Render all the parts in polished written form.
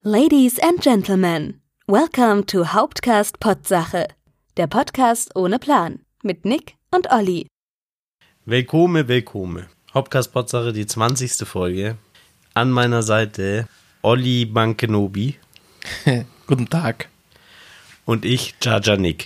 Ladies and Gentlemen, welcome to Hauptcast Potsache, der Podcast ohne Plan mit Nick und Olli. Willkommen. Hauptcast Potsache, die 20. Folge. An meiner Seite Olli Bankenobi. Guten Tag. Und ich, Jaja Nick.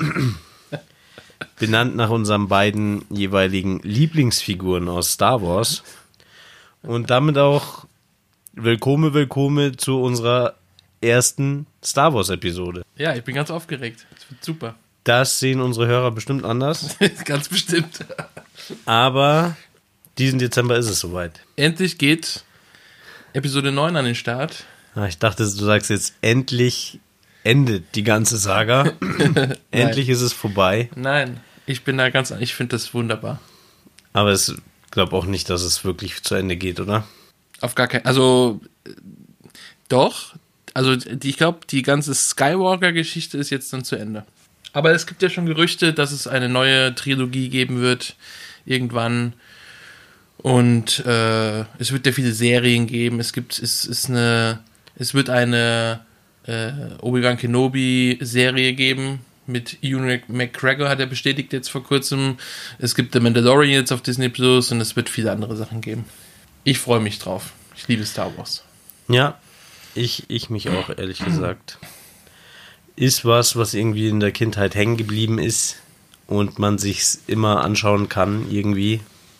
Benannt nach unseren beiden jeweiligen Lieblingsfiguren aus Star Wars. Und damit auch willkommen zu unserer ersten Star Wars Episode. Ja, ich bin ganz aufgeregt. Das wird super. Das sehen unsere Hörer bestimmt anders. Ganz bestimmt. Aber diesen Dezember ist es soweit. Endlich geht Episode 9 an den Start. Ich dachte, du sagst jetzt, endlich endet die ganze Saga. Endlich ist es vorbei. Nein, ich finde das wunderbar. Aber ich glaube auch nicht, dass es wirklich zu Ende geht, oder? Auf gar keinen, also doch, also ich glaube, die ganze Skywalker-Geschichte ist jetzt dann zu Ende. Aber es gibt ja schon Gerüchte, dass es eine neue Trilogie geben wird, irgendwann. Und es wird ja viele Serien geben. Es wird eine Obi-Wan Kenobi-Serie geben. Mit Ewan McGregor hat er bestätigt jetzt vor kurzem. Es gibt The Mandalorian jetzt auf Disney Plus und es wird viele andere Sachen geben. Ich freue mich drauf. Ich liebe Star Wars. Ja, ich mich auch, ehrlich gesagt. Ist was irgendwie in der Kindheit hängen geblieben ist und man sich's immer anschauen kann, irgendwie.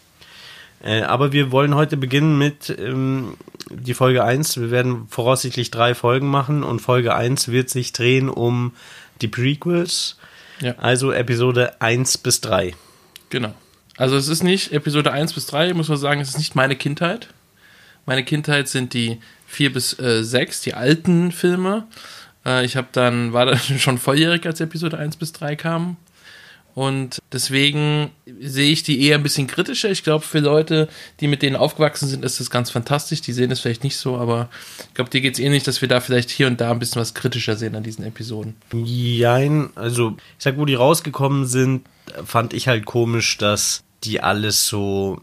Aber wir wollen heute beginnen mit die Folge 1. Wir werden voraussichtlich 3 Folgen machen und Folge 1 wird sich drehen um die Prequels. Ja. Also Episode 1 bis 3. Genau. Also es ist nicht Episode 1 bis 3, muss man sagen, es ist nicht meine Kindheit. Meine Kindheit sind die 4 bis 6, die alten Filme. Ich war dann schon volljährig, als Episode 1 bis 3 kam. Und deswegen sehe ich die eher ein bisschen kritischer. Ich glaube, für Leute, die mit denen aufgewachsen sind, ist das ganz fantastisch. Die sehen das vielleicht nicht so, aber ich glaube, dir geht es ähnlich, dass wir da vielleicht hier und da ein bisschen was kritischer sehen an diesen Episoden. Jein, also ich sag, wo die rausgekommen sind, fand ich halt komisch, dass die alles so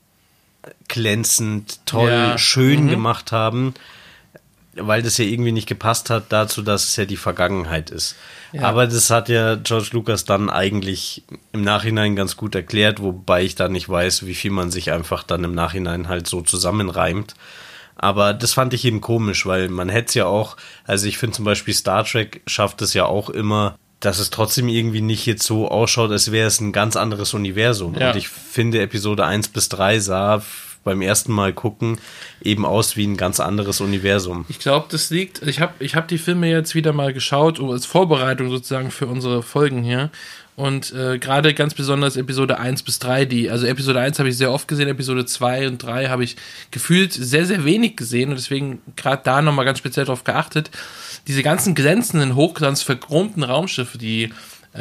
glänzend, toll, schön gemacht haben, weil das ja irgendwie nicht gepasst hat dazu, dass es ja die Vergangenheit ist. Ja. Aber das hat ja George Lucas dann eigentlich im Nachhinein ganz gut erklärt, wobei ich da nicht weiß, wie viel man sich einfach dann im Nachhinein halt so zusammenreimt. Aber das fand ich eben komisch, weil man hätte es ja auch, also ich finde zum Beispiel Star Trek schafft es ja auch immer, dass es trotzdem irgendwie nicht jetzt so ausschaut, als wäre es ein ganz anderes Universum. Ja. Und ich finde, Episode 1 bis 3 sah beim ersten Mal gucken eben aus wie ein ganz anderes Universum. Ich glaube, das liegt, ich hab die Filme jetzt wieder mal geschaut, als Vorbereitung sozusagen für unsere Folgen hier. Und gerade ganz besonders Episode 1 bis 3, also Episode 1 habe ich sehr oft gesehen, Episode 2 und 3 habe ich gefühlt sehr, sehr wenig gesehen und deswegen gerade da nochmal ganz speziell drauf geachtet. Diese ganzen glänzenden, hochglanz verchromten Raumschiffe, die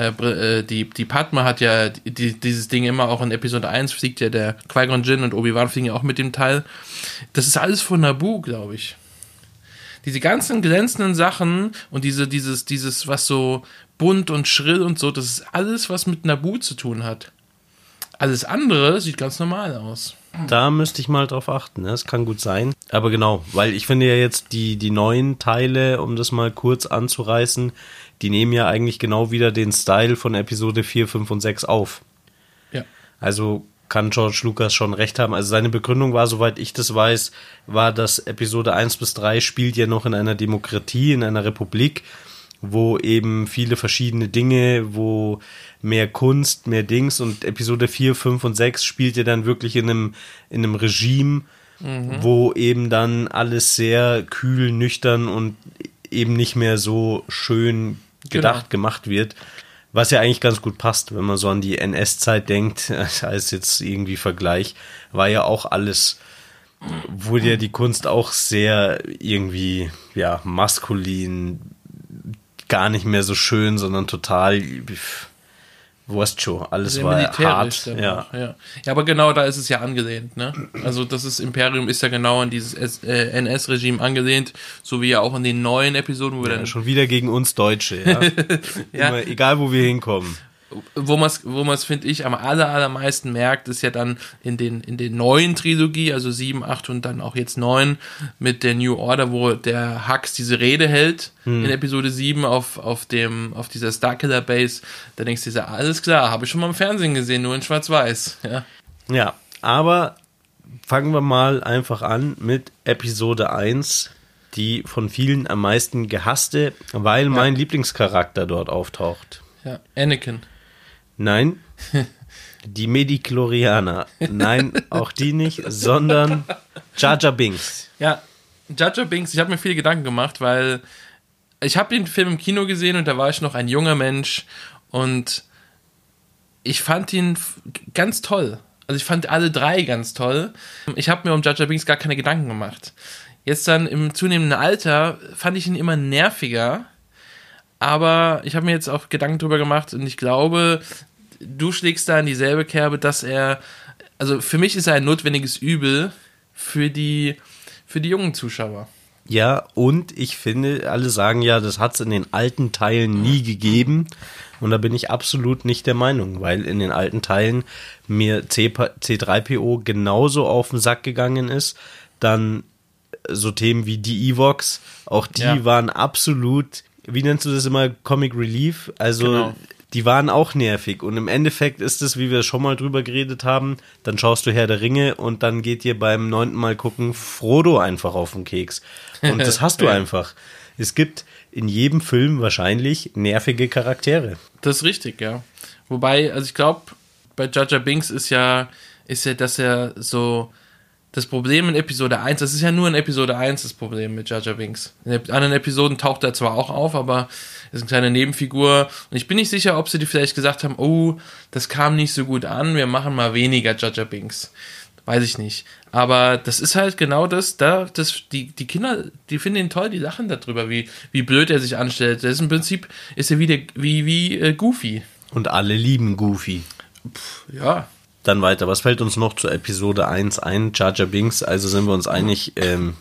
Padme hat ja dieses Ding immer auch in Episode 1 fliegt ja der Qui-Gon Jinn und Obi-Wan fliegen ja auch mit dem Teil. Das ist alles von Naboo, glaube ich. Diese ganzen glänzenden Sachen und dieses, was so bunt und schrill und so, das ist alles, was mit Naboo zu tun hat. Alles andere sieht ganz normal aus. Da müsste ich mal drauf achten, ne? Das kann gut sein. Aber genau, weil ich finde ja jetzt die neuen Teile, um das mal kurz anzureißen, die nehmen ja eigentlich genau wieder den Style von Episode 4, 5 und 6 auf. Ja. Also kann George Lucas schon recht haben. Also seine Begründung war, soweit ich das weiß, war, dass Episode 1 bis 3 spielt ja noch in einer Demokratie, in einer Republik, wo eben viele verschiedene Dinge, wo mehr Kunst, mehr Dings und Episode 4, 5 und 6 spielt ja dann wirklich in einem Regime, wo eben dann alles sehr kühl, nüchtern und eben nicht mehr so schön gedacht gemacht wird, was ja eigentlich ganz gut passt, wenn man so an die NS-Zeit denkt, als jetzt irgendwie Vergleich, war ja auch alles, wurde ja die Kunst auch sehr irgendwie, ja, maskulin, gar nicht mehr so schön, sondern total Wurst schon, alles sehr war hart. Ja, aber genau da ist es ja angelehnt, ne? Also das Imperium ist ja genau an dieses NS-Regime angelehnt, so wie ja auch in den neuen Episoden, wo wir dann schon wieder gegen uns Deutsche, ja. ja. Immer, egal wo wir hinkommen. wo man's finde ich, am allermeisten merkt, ist ja dann in den neuen Trilogie, also 7, 8 und dann auch jetzt 9, mit der New Order, wo der Hux diese Rede hält, in Episode 7 auf dieser Starkiller Base. Da denkst du dir, alles klar, habe ich schon mal im Fernsehen gesehen, nur in Schwarz-Weiß. Ja, aber fangen wir mal einfach an mit Episode 1, die von vielen am meisten gehasste, weil mein Lieblingscharakter dort auftaucht. Ja, Anakin. Nein, die Midi-Chlorianer. Nein, auch die nicht, sondern Jar Jar Binks. Ja, Jar Jar Binks, ich habe mir viel Gedanken gemacht, weil ich habe den Film im Kino gesehen und da war ich noch ein junger Mensch und ich fand ihn ganz toll. Also ich fand alle drei ganz toll. Ich habe mir um Jar Jar Binks gar keine Gedanken gemacht. Jetzt dann im zunehmenden Alter fand ich ihn immer nerviger, aber ich habe mir jetzt auch Gedanken drüber gemacht und ich glaube, du schlägst da in dieselbe Kerbe, dass also für mich ist er ein notwendiges Übel für die jungen Zuschauer. Ja, und ich finde, alle sagen ja, das hat es in den alten Teilen nie gegeben. Und da bin ich absolut nicht der Meinung, weil in den alten Teilen mir C3PO genauso auf den Sack gegangen ist. Dann so Themen wie die Ewoks, auch die waren absolut, wie nennst du das immer, Comic Relief? Also genau. Die waren auch nervig und im Endeffekt ist es, wie wir schon mal drüber geredet haben, dann schaust du Herr der Ringe und dann geht dir beim 9. Mal gucken Frodo einfach auf den Keks. Und das hast du einfach. Es gibt in jedem Film wahrscheinlich nervige Charaktere. Das ist richtig, ja. Wobei, also ich glaube, bei Jar Jar Binks ist ja, dass er so das Problem in Episode 1, das ist ja nur in Episode 1 das Problem mit Jar Jar Binks. In anderen Episoden taucht er zwar auch auf, aber ist eine kleine Nebenfigur. Und ich bin nicht sicher, ob sie die vielleicht gesagt haben, oh, das kam nicht so gut an, wir machen mal weniger Jar Jar Binks. Weiß ich nicht. Aber das ist halt genau die Kinder, die finden ihn toll, die lachen darüber, wie blöd er sich anstellt. Das ist im Prinzip, ist er wie Goofy. Und alle lieben Goofy. Ja. Dann weiter. Was fällt uns noch zu Episode 1 ein? Jar Jar Binks, also sind wir uns einig,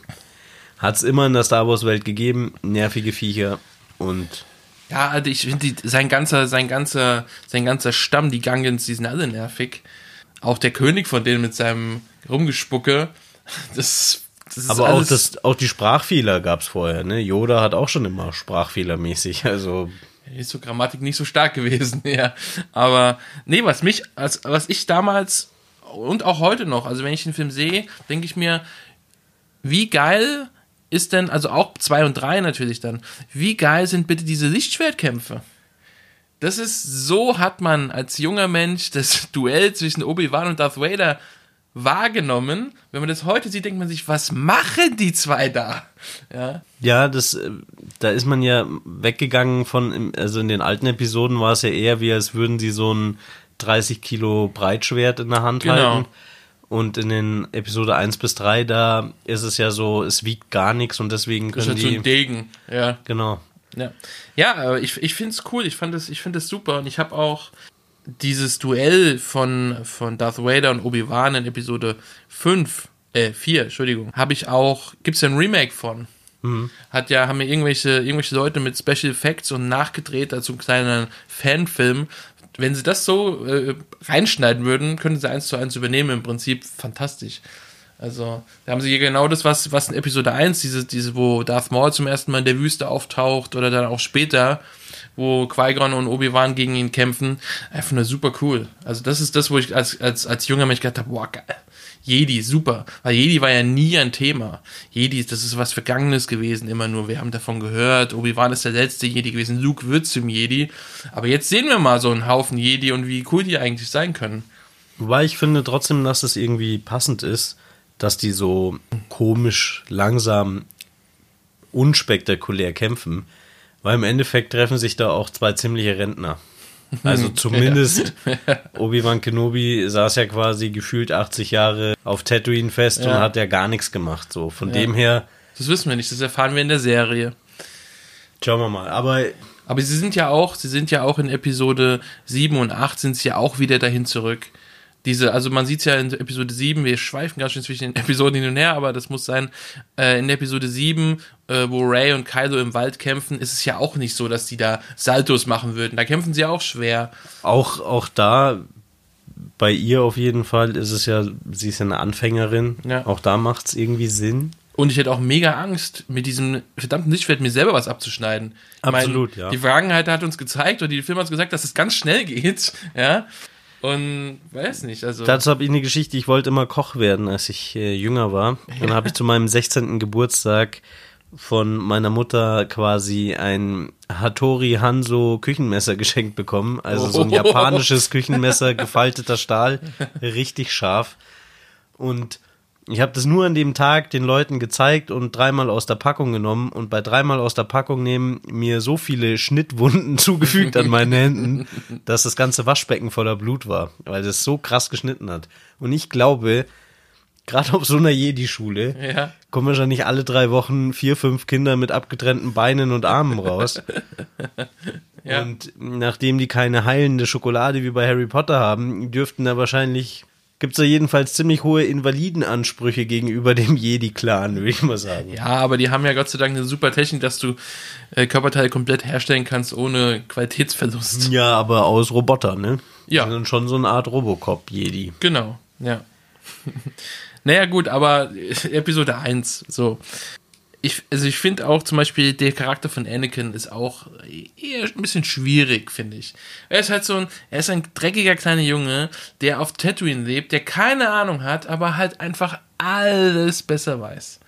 hat es immer in der Star Wars Welt gegeben, nervige Viecher und... Ja, also ich finde sein ganzer Stamm, die Gungans, die sind alle nervig. Auch der König von denen mit seinem Rumgespucke, das ist aber alles... auch die Sprachfehler gab es vorher, ne? Yoda hat auch schon immer sprachfehlermäßig, also... Ist so Grammatik nicht so stark gewesen, ja. Aber, nee, was ich damals und auch heute noch, also wenn ich den Film sehe, denke ich mir, wie geil ist denn, also auch 2 und 3 natürlich dann, wie geil sind bitte diese Lichtschwertkämpfe? Das ist, so hat man als junger Mensch das Duell zwischen Obi-Wan und Darth Vader wahrgenommen. Wenn man das heute sieht, denkt man sich, was machen die zwei da? Ja, da ist man ja weggegangen also in den alten Episoden war es ja eher wie, als würden sie so ein 30 Kilo Breitschwert in der Hand halten. Und in den Episode 1 bis 3, da ist es ja so, es wiegt gar nichts und deswegen können das ist halt so ein Degen, ja. Genau. Ja, aber ich finde es cool, ich finde es super und ich habe auch dieses Duell von Darth Vader und Obi-Wan in Episode 4, gibt's ja ein Remake von. Haben mir irgendwelche Leute mit Special Effects und nachgedreht als so ein kleiner Fanfilm. Wenn sie das so reinschneiden würden, könnten sie 1:1 übernehmen, im Prinzip fantastisch. Also, da haben sie hier genau das, was in Episode 1, diese, wo Darth Maul zum ersten Mal in der Wüste auftaucht oder dann auch später, wo Qui-Gon und Obi-Wan gegen ihn kämpfen, einfach nur super cool. Also das ist das, wo ich als junger Mensch gedacht habe, boah, geil. Jedi, super. Weil Jedi war ja nie ein Thema. Jedi, das ist was Vergangenes gewesen, immer nur. Wir haben davon gehört, Obi-Wan ist der letzte Jedi gewesen, Luke wird zum Jedi. Aber jetzt sehen wir mal so einen Haufen Jedi und wie cool die eigentlich sein können. Wobei ich finde trotzdem, dass es irgendwie passend ist, dass die so komisch, langsam, unspektakulär kämpfen. Weil im Endeffekt treffen sich da auch 2 ziemliche Rentner. Also zumindest Obi-Wan Kenobi saß ja quasi gefühlt 80 Jahre auf Tatooine fest und hat ja gar nichts gemacht. So von dem her. Das wissen wir nicht, das erfahren wir in der Serie. Schauen wir mal. Aber sie sind ja auch in Episode 7 und 8 sind sie ja auch wieder dahin zurück. Also man sieht es ja in Episode 7, wir schweifen ganz schön zwischen den Episoden hin und her, aber das muss sein, in Episode 7, wo Rey und Kylo im Wald kämpfen, ist es ja auch nicht so, dass die da Saltos machen würden. Da kämpfen sie auch schwer. Auch da, bei ihr auf jeden Fall, ist es ja, sie ist ja eine Anfängerin. Ja. Auch da macht es irgendwie Sinn. Und ich hätte auch mega Angst, mit diesem verdammten Lichtschwert mir selber was abzuschneiden. Absolut, ja. ja. Die Vergangenheit hat uns gezeigt, oder die Film hat uns gesagt, dass es ganz schnell geht, ja. Und weiß nicht, also. Dazu habe ich eine Geschichte, ich wollte immer Koch werden, als ich jünger war. Dann habe ich zu meinem 16. Geburtstag von meiner Mutter quasi ein Hattori Hanzo Küchenmesser geschenkt bekommen. Also so ein japanisches Küchenmesser, gefalteter Stahl, richtig scharf. Und ich habe das nur an dem Tag den Leuten gezeigt und 3-mal aus der Packung genommen. Und bei 3-mal aus der Packung nehmen mir so viele Schnittwunden zugefügt an meinen Händen, dass das ganze Waschbecken voller Blut war, weil das so krass geschnitten hat. Und ich glaube, gerade auf so einer Jedi-Schule kommen wahrscheinlich alle 3 Wochen 4, 5 Kinder mit abgetrennten Beinen und Armen raus. Ja. Und nachdem die keine heilende Schokolade wie bei Harry Potter haben, dürften da wahrscheinlich... Gibt es da jedenfalls ziemlich hohe Invalidenansprüche gegenüber dem Jedi-Clan, würde ich mal sagen. Ja, aber die haben ja Gott sei Dank eine super Technik, dass du Körperteile komplett herstellen kannst ohne Qualitätsverlust. Ja, aber aus Robotern, ne? Ja. Die sind schon so eine Art Robocop-Jedi. Genau, ja. Naja, gut, aber Episode 1, so. Ich finde auch zum Beispiel, der Charakter von Anakin ist auch eher ein bisschen schwierig, finde ich. Er ist halt er ist ein dreckiger kleiner Junge, der auf Tatooine lebt, der keine Ahnung hat, aber halt einfach alles besser weiß.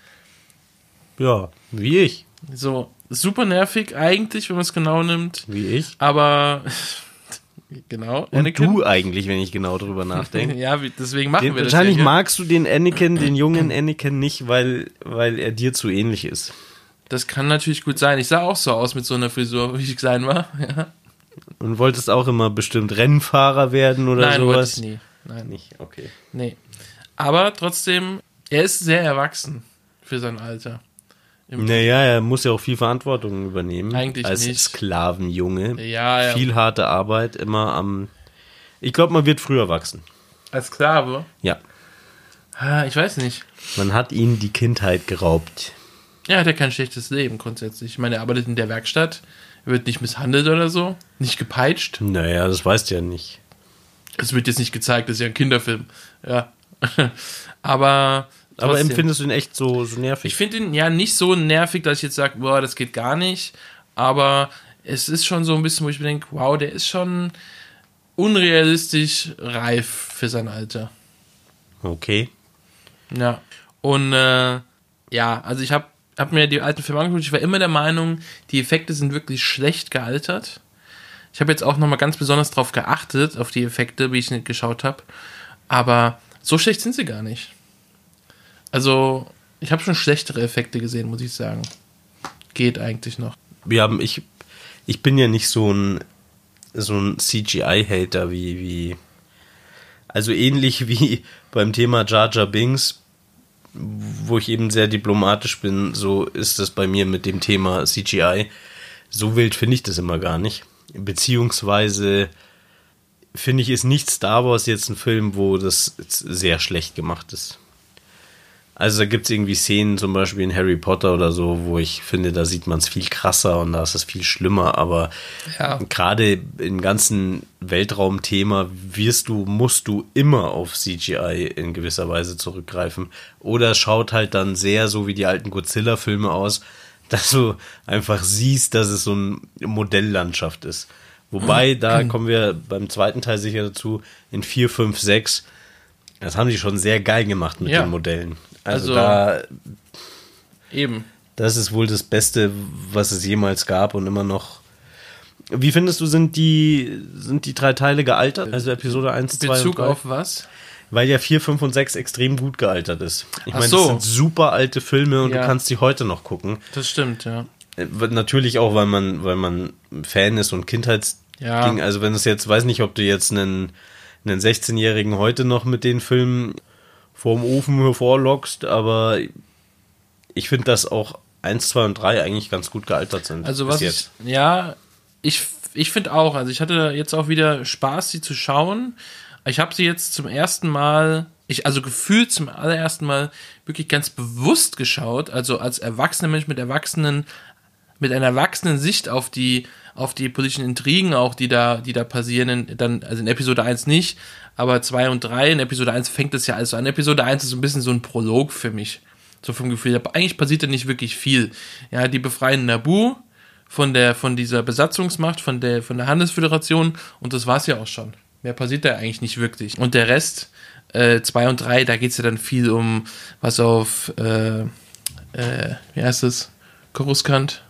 Ja, wie ich. So, super nervig eigentlich, wenn man es genau nimmt. Wie ich. Aber, genau. Und Anakin? Du eigentlich, wenn ich genau drüber nachdenke. Ja, deswegen machen wir das. Wahrscheinlich magst du den Anakin, den jungen Anakin nicht, weil er dir zu ähnlich ist. Das kann natürlich gut sein. Ich sah auch so aus mit so einer Frisur, wie ich klein war. Ja. Und wolltest auch immer bestimmt Rennfahrer werden oder Nein, sowas? Nein, wollte ich nie. Nein. Nicht, okay. Nee. Aber trotzdem, er ist sehr erwachsen für sein Alter. Naja, er muss ja auch viel Verantwortung übernehmen. Eigentlich als nicht. Sklavenjunge. Ja. Viel harte Arbeit, immer am... Ich glaube, man wird früher wachsen. Als Sklave? Ja. Ich weiß nicht. Man hat ihnen die Kindheit geraubt. Er hat ja kein schlechtes Leben grundsätzlich. Ich meine, er arbeitet in der Werkstatt, er wird nicht misshandelt oder so, nicht gepeitscht. Naja, das weißt du ja nicht. Es wird jetzt nicht gezeigt, das ist ja ein Kinderfilm. Ja. Aber empfindest du ihn echt so nervig? Ich finde ihn ja nicht so nervig, dass ich jetzt sage, boah, das geht gar nicht. Aber es ist schon so ein bisschen, wo ich mir denke, wow, der ist schon unrealistisch reif für sein Alter. Okay. Ja. Und also ich hab mir die alten Filme angeguckt. Ich war immer der Meinung, die Effekte sind wirklich schlecht gealtert. Ich habe jetzt auch nochmal ganz besonders drauf geachtet, auf die Effekte, wie ich nicht geschaut habe. Aber so schlecht sind sie gar nicht. Also, ich habe schon schlechtere Effekte gesehen, muss ich sagen. Geht eigentlich noch. Ich bin ja nicht so ein CGI-Hater wie also ähnlich wie beim Thema Jar Jar Binks, wo ich eben sehr diplomatisch bin, so ist das bei mir mit dem Thema CGI. So wild finde ich das immer gar nicht. Beziehungsweise finde ich, ist nicht Star Wars jetzt ein Film, wo das sehr schlecht gemacht ist. Also da gibt es irgendwie Szenen, zum Beispiel in Harry Potter oder so, wo ich finde, da sieht man es viel krasser und da ist es viel schlimmer, aber gerade im ganzen Weltraumthema musst du immer auf CGI in gewisser Weise zurückgreifen. Oder es schaut halt dann sehr so wie die alten Godzilla-Filme aus, dass du einfach siehst, dass es so eine Modelllandschaft ist. Wobei, da kommen wir beim zweiten Teil sicher dazu, in 4, 5, 6, das haben die schon sehr geil gemacht mit den Modellen. Also da eben. Das ist wohl das Beste, was es jemals gab und immer noch. Wie findest du, sind die 3 Teile gealtert? Also Episode 1, 2 und 3? Bezug auf was? Weil ja 4, 5 und 6 extrem gut gealtert ist. Ich meine, so. Das sind super alte Filme und du kannst sie heute noch gucken. Das stimmt, ja. Natürlich auch, weil man Fan ist und Kindheitsding. Also wenn es jetzt, weiß nicht, ob du jetzt einen 16-Jährigen heute noch mit den Filmen vorm Ofen hervorlockst, aber ich finde, dass auch 1, 2 und 3 eigentlich ganz gut gealtert sind. Also was jetzt. Ich finde auch, also ich hatte jetzt auch wieder Spaß, sie zu schauen. Ich habe sie jetzt zum ersten Mal, also gefühlt zum allerersten Mal wirklich ganz bewusst geschaut, also als erwachsener Mensch mit einer erwachsenen Sicht auf die politischen Intrigen auch, die da passieren, also in Episode 1 nicht, aber 2 und 3, in Episode 1 fängt es ja also an. Episode 1 ist so ein bisschen so ein Prolog für mich, so vom Gefühl. Aber eigentlich passiert da nicht wirklich viel. Ja, die befreien Naboo von dieser Besatzungsmacht, von der Handelsföderation, und das war's ja auch schon. Mehr passiert da eigentlich nicht wirklich. Und der Rest, 2 und 3, da geht's ja dann viel um, was auf, wie heißt es? Coruscant.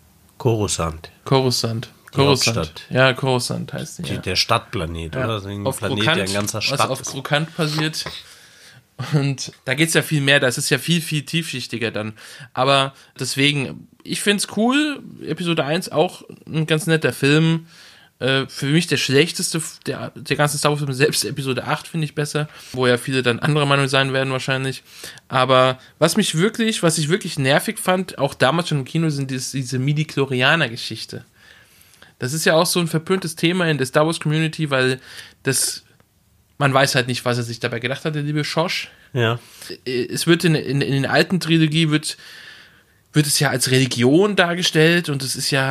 Ja, Coruscant heißt die. Der Stadtplanet, ja. Oder? Ein auf Planet, Krokant, der in ganzer Stadt was auf Krokant passiert. Und da geht's ja viel mehr, das ist ja viel, viel tiefschichtiger dann. Aber deswegen, ich find's cool, Episode 1 auch ein ganz netter Film. Für mich der schlechteste der ganzen Star Wars Filme, selbst Episode 8 finde ich besser, wo ja viele dann anderer Meinung sein werden wahrscheinlich. Aber was ich wirklich nervig fand, auch damals schon im Kino, sind diese Midi-Chlorianer-Geschichte. Das ist ja auch so ein verpöntes Thema in der Star Wars Community, weil man weiß halt nicht, was er sich dabei gedacht hat, der liebe Schosch. Ja. Es wird in den alten Trilogie wird es ja als Religion dargestellt, und das ist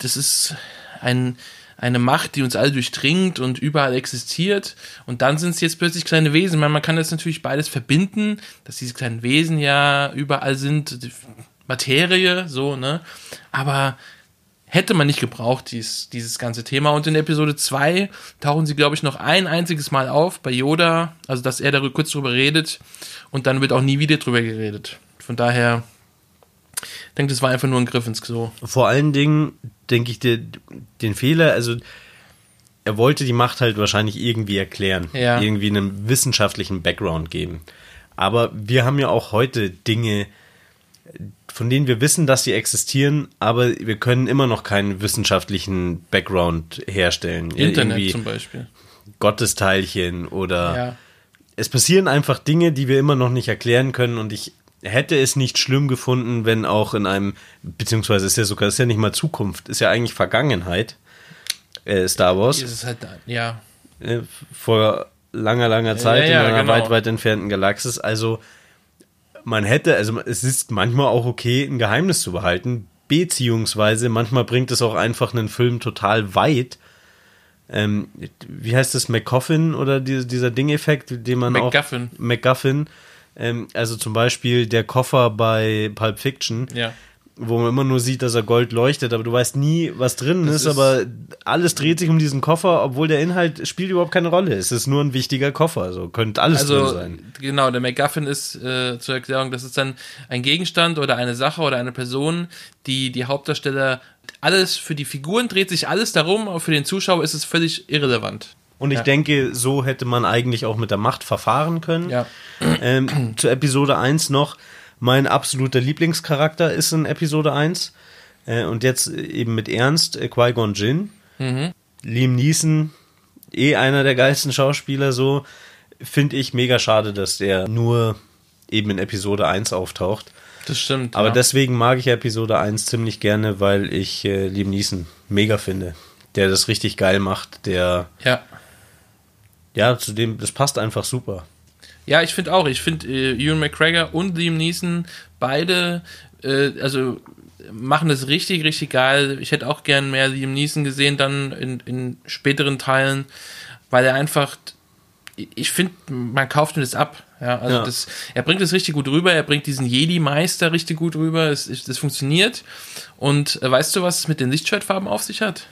eine Macht, die uns alle durchdringt und überall existiert, und dann sind es jetzt plötzlich kleine Wesen. Man kann das natürlich beides verbinden, dass diese kleinen Wesen ja überall sind, Materie, so, ne, aber hätte man nicht gebraucht, dieses ganze Thema. Und in Episode 2 tauchen sie, glaube ich, noch ein einziges Mal auf, bei Yoda, also dass er kurz drüber redet, und dann wird auch nie wieder drüber geredet. Von daher, ich denke, das war einfach nur ein Griff ins Klo. Vor allen Dingen, denke ich, den Fehler, also er wollte die Macht halt wahrscheinlich irgendwie erklären, irgendwie einen wissenschaftlichen Background geben. Aber wir haben ja auch heute Dinge, von denen wir wissen, dass sie existieren, aber wir können immer noch keinen wissenschaftlichen Background herstellen. Internet irgendwie zum Beispiel. Gottesteilchen oder es passieren einfach Dinge, die wir immer noch nicht erklären können, und ich hätte es nicht schlimm gefunden, wenn auch in einem, beziehungsweise ist ja nicht mal Zukunft, ist ja eigentlich Vergangenheit, Star Wars. Ist es halt, ja. Vor langer Zeit in einer genau. weit entfernten Galaxis, also es ist manchmal auch okay, ein Geheimnis zu behalten, beziehungsweise manchmal bringt es auch einfach einen Film total weit. Wie heißt das, MacGuffin oder dieser Ding-Effekt, den man MacGuffin. Also zum Beispiel der Koffer bei Pulp Fiction, wo man immer nur sieht, dass er Gold leuchtet, aber du weißt nie, was drin ist, aber alles dreht sich um diesen Koffer, obwohl der Inhalt spielt überhaupt keine Rolle. Es ist nur ein wichtiger Koffer, so könnte alles drin sein. Genau, der MacGuffin ist, zur Erklärung, das ist dann ein Gegenstand oder eine Sache oder eine Person, die Hauptdarsteller, alles für die Figuren dreht sich alles darum, aber für den Zuschauer ist es völlig irrelevant. Und ich denke, so hätte man eigentlich auch mit der Macht verfahren können. Ja. Zu Episode 1 noch, mein absoluter Lieblingscharakter ist in Episode 1. Und jetzt eben mit Ernst, Qui-Gon Jinn. Mhm. Liam Neeson, einer der geilsten Schauspieler, so. Finde ich mega schade, dass der nur eben in Episode 1 auftaucht. Das stimmt. Aber deswegen mag ich Episode 1 ziemlich gerne, weil ich Liam Neeson mega finde. Der das richtig geil macht, zudem, das passt einfach super. Ja, ich finde auch. Ich finde Ewan McGregor und Liam Neeson beide, machen das richtig, richtig geil. Ich hätte auch gern mehr Liam Neeson gesehen dann in späteren Teilen, weil er einfach, ich finde, man kauft ihm das ab. Ja, also er bringt es richtig gut rüber. Er bringt diesen Jedi-Meister richtig gut rüber. Das funktioniert. Und weißt du, was es mit den Lichtschwertfarben auf sich hat?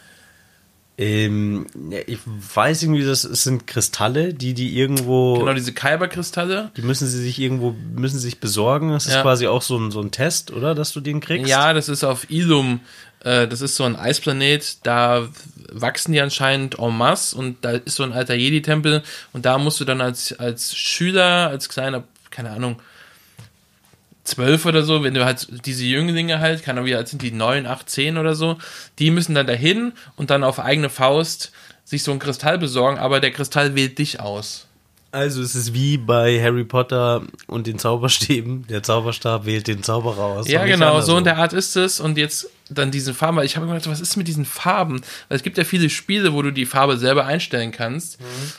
Ich weiß irgendwie, das sind Kristalle, die irgendwo... Genau, diese Kyber-Kristalle. Die müssen sie sich besorgen. Das ist quasi auch so ein Test, oder? Dass du den kriegst? Ja, das ist auf Ilum. Das ist so ein Eisplanet. Da wachsen die anscheinend en masse, und da ist so ein alter Jedi-Tempel, und da musst du dann als Schüler, als kleiner, keine Ahnung, 12 oder so, wenn du halt diese Jünglinge halt, keine Ahnung, wie alt sind die, 9, 8, 10 oder so, die müssen dann dahin und dann auf eigene Faust sich so einen Kristall besorgen, aber der Kristall wählt dich aus. Also es ist wie bei Harry Potter und den Zauberstäben, der Zauberstab wählt den Zauberer aus. Ja, genau, so in der Art ist es, und jetzt dann diesen Farben, weil ich habe mir gedacht, was ist mit diesen Farben? Weil es gibt ja viele Spiele, wo du die Farbe selber einstellen kannst.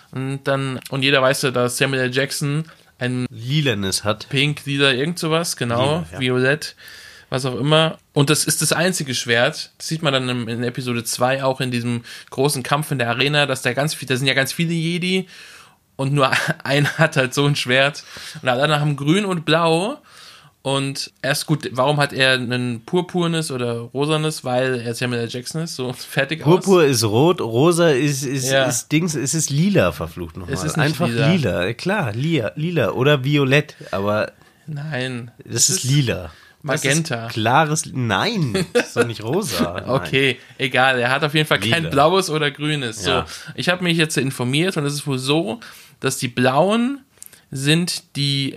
Und jeder weiß ja, dass Samuel L. Jackson ein Lilanes hat. Pink, Lila, irgend sowas, genau, Lila, ja. Violett, was auch immer. Und das ist das einzige Schwert. Das sieht man dann in Episode 2 auch in diesem großen Kampf in der Arena, dass da sind ja ganz viele Jedi und nur einer hat halt so ein Schwert. Und alle anderen haben grün und blau. Und erst gut, warum hat er ein purpurnes oder rosanes? Weil er Samuel L. Jackson ist, so fertig Purpur aus. ist rot, rosa ist Ja. Dings, es ist lila, verflucht nochmal. Es ist nicht einfach lila. Klar, lila oder violett, aber Nein. das ist lila. Magenta. Das ist klares, nein, das ist doch nicht rosa. Nein. Okay, egal. Er hat auf jeden Fall kein Lila. blaues oder grünes. Ja. So, ich habe mich jetzt informiert und es ist wohl so, dass die blauen sind die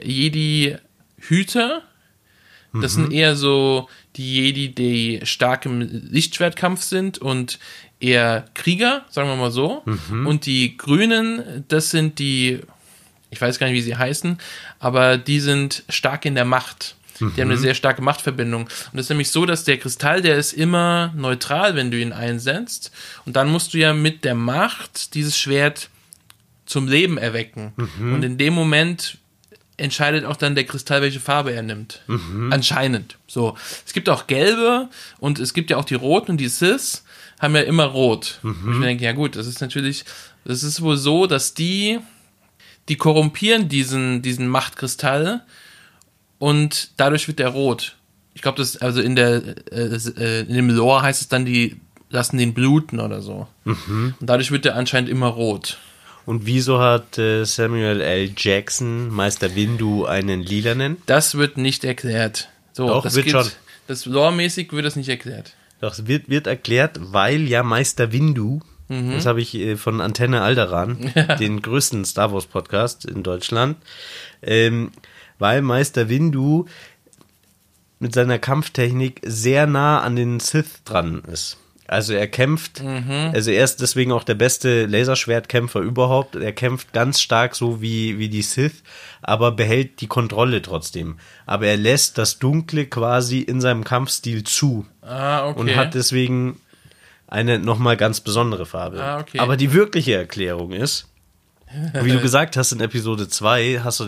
Jedi-Hüter. Das sind eher so die Jedi, die stark im Lichtschwertkampf sind und eher Krieger, sagen wir mal so. Und die Grünen, das sind die, ich weiß gar nicht, wie sie heißen, aber die sind stark in der Macht. Die haben eine sehr starke Machtverbindung. Und es ist nämlich so, dass der Kristall, der ist immer neutral, wenn du ihn einsetzt. Und dann musst du ja mit der Macht dieses Schwert zum Leben erwecken. Und in dem Moment entscheidet auch dann der Kristall, welche Farbe er nimmt. Anscheinend. So. Es gibt auch gelbe und es gibt ja auch die roten und die Sith haben ja immer rot. Und ich mir denke, ja gut, das ist wohl so, dass die korrumpieren diesen Machtkristall und dadurch wird der rot. Ich glaube, also in dem Lore heißt es dann, die lassen den bluten oder so. Und dadurch wird der anscheinend immer rot. Und wieso hat Samuel L. Jackson Meister Windu einen lilanen? Das wird nicht erklärt. So, Doch, das wird schon. Das Lore-mäßig wird das nicht erklärt. Doch, es wird erklärt, weil ja Meister Windu, das habe ich von Antenne Alderan, den größten Star Wars Podcast in Deutschland, weil Meister Windu mit seiner Kampftechnik sehr nah an den Sith dran ist. Also er kämpft, also er ist deswegen auch der beste Laserschwertkämpfer überhaupt. Er kämpft ganz stark so wie die Sith, aber behält die Kontrolle trotzdem. Aber er lässt das Dunkle quasi in seinem Kampfstil zu. Ah, okay. Und hat deswegen eine nochmal ganz besondere Farbe. Ah, okay. Aber die wirkliche Erklärung ist, wie du gesagt hast, in Episode 2 hast du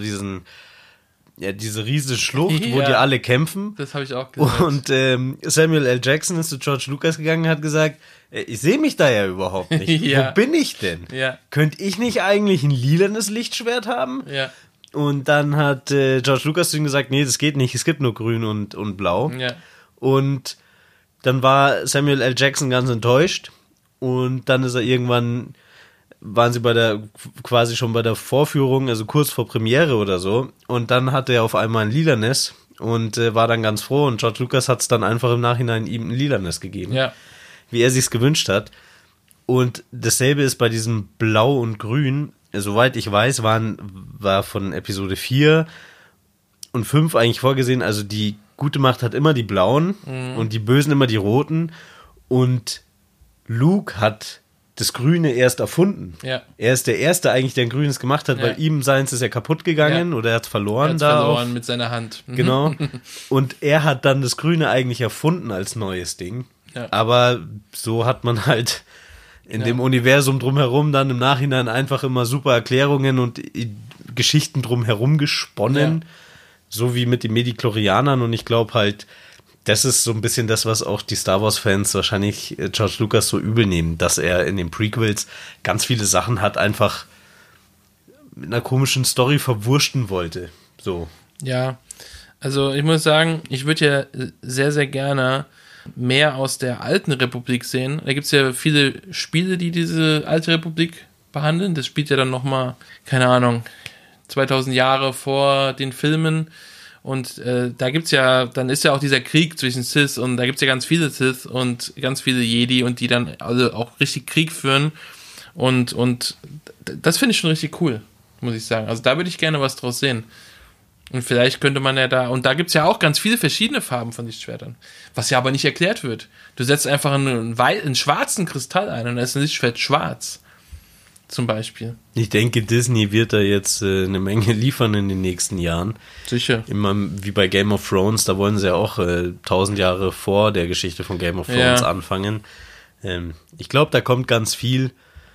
diese riesige Schlucht, wo Ja. die alle kämpfen. Das habe ich auch gesagt. Und Samuel L. Jackson ist zu George Lucas gegangen und hat gesagt, ich sehe mich da ja überhaupt nicht. Ja. Wo bin ich denn? Ja. Könnte ich nicht eigentlich ein lilanes Lichtschwert haben? Ja, Und dann hat George Lucas zu ihm gesagt, nee, das geht nicht, es gibt nur grün und blau. ja. Und dann war Samuel L. Jackson ganz enttäuscht und dann ist er irgendwann, waren sie quasi schon bei der Vorführung, also kurz vor Premiere oder so, und dann hatte er auf einmal ein lilanes und war dann ganz froh und George Lucas hat es dann einfach im Nachhinein ihm ein lilanes gegeben, Ja. wie er sich's gewünscht hat. Und dasselbe ist bei diesem Blau und Grün, soweit ich weiß, war von Episode 4 und 5 eigentlich vorgesehen, also die gute Macht hat immer die blauen und die Bösen immer die roten und Luke hat das Grüne erst erfunden. Ja. Er ist der Erste eigentlich, der ein Grünes gemacht hat, Ja. weil ihm seins ist ja kaputt gegangen oder er hat verloren Er hat's da. verloren mit seiner Hand. Mhm. Genau. Und er hat dann das Grüne eigentlich erfunden als neues Ding. Ja. Aber so hat man halt in dem Universum drumherum dann im Nachhinein einfach immer super Erklärungen und Geschichten drumherum gesponnen. Ja. So wie mit den Midi-Chlorianern. Und ich glaube halt, das ist so ein bisschen das, was auch die Star Wars-Fans wahrscheinlich George Lucas so übel nehmen, dass er in den Prequels ganz viele Sachen hat einfach mit einer komischen Story verwurschten wollte. So. Ja, also ich muss sagen, ich würde ja sehr, sehr gerne mehr aus der alten Republik sehen. Da gibt es ja viele Spiele, die diese alte Republik behandeln. Das spielt ja dann nochmal, keine Ahnung, 2000 Jahre vor den Filmen. Und da gibt's ja, dann ist ja auch dieser Krieg zwischen Sith und da gibt's ja ganz viele Sith und ganz viele Jedi und die dann also auch richtig Krieg führen. Und das finde ich schon richtig cool, muss ich sagen. Also da würde ich gerne was draus sehen. Und vielleicht könnte man ja und da gibt's ja auch ganz viele verschiedene Farben von Lichtschwertern, was ja aber nicht erklärt wird. Du setzt einfach einen schwarzen Kristall ein und dann ist ein Lichtschwert schwarz. zum Beispiel. Ich denke, Disney wird da jetzt eine Menge liefern in den nächsten Jahren. Sicher. Immer wie bei Game of Thrones, da wollen sie ja auch 1000 Jahre vor der Geschichte von Game of Thrones anfangen. Ich glaube, da kommt ganz viel,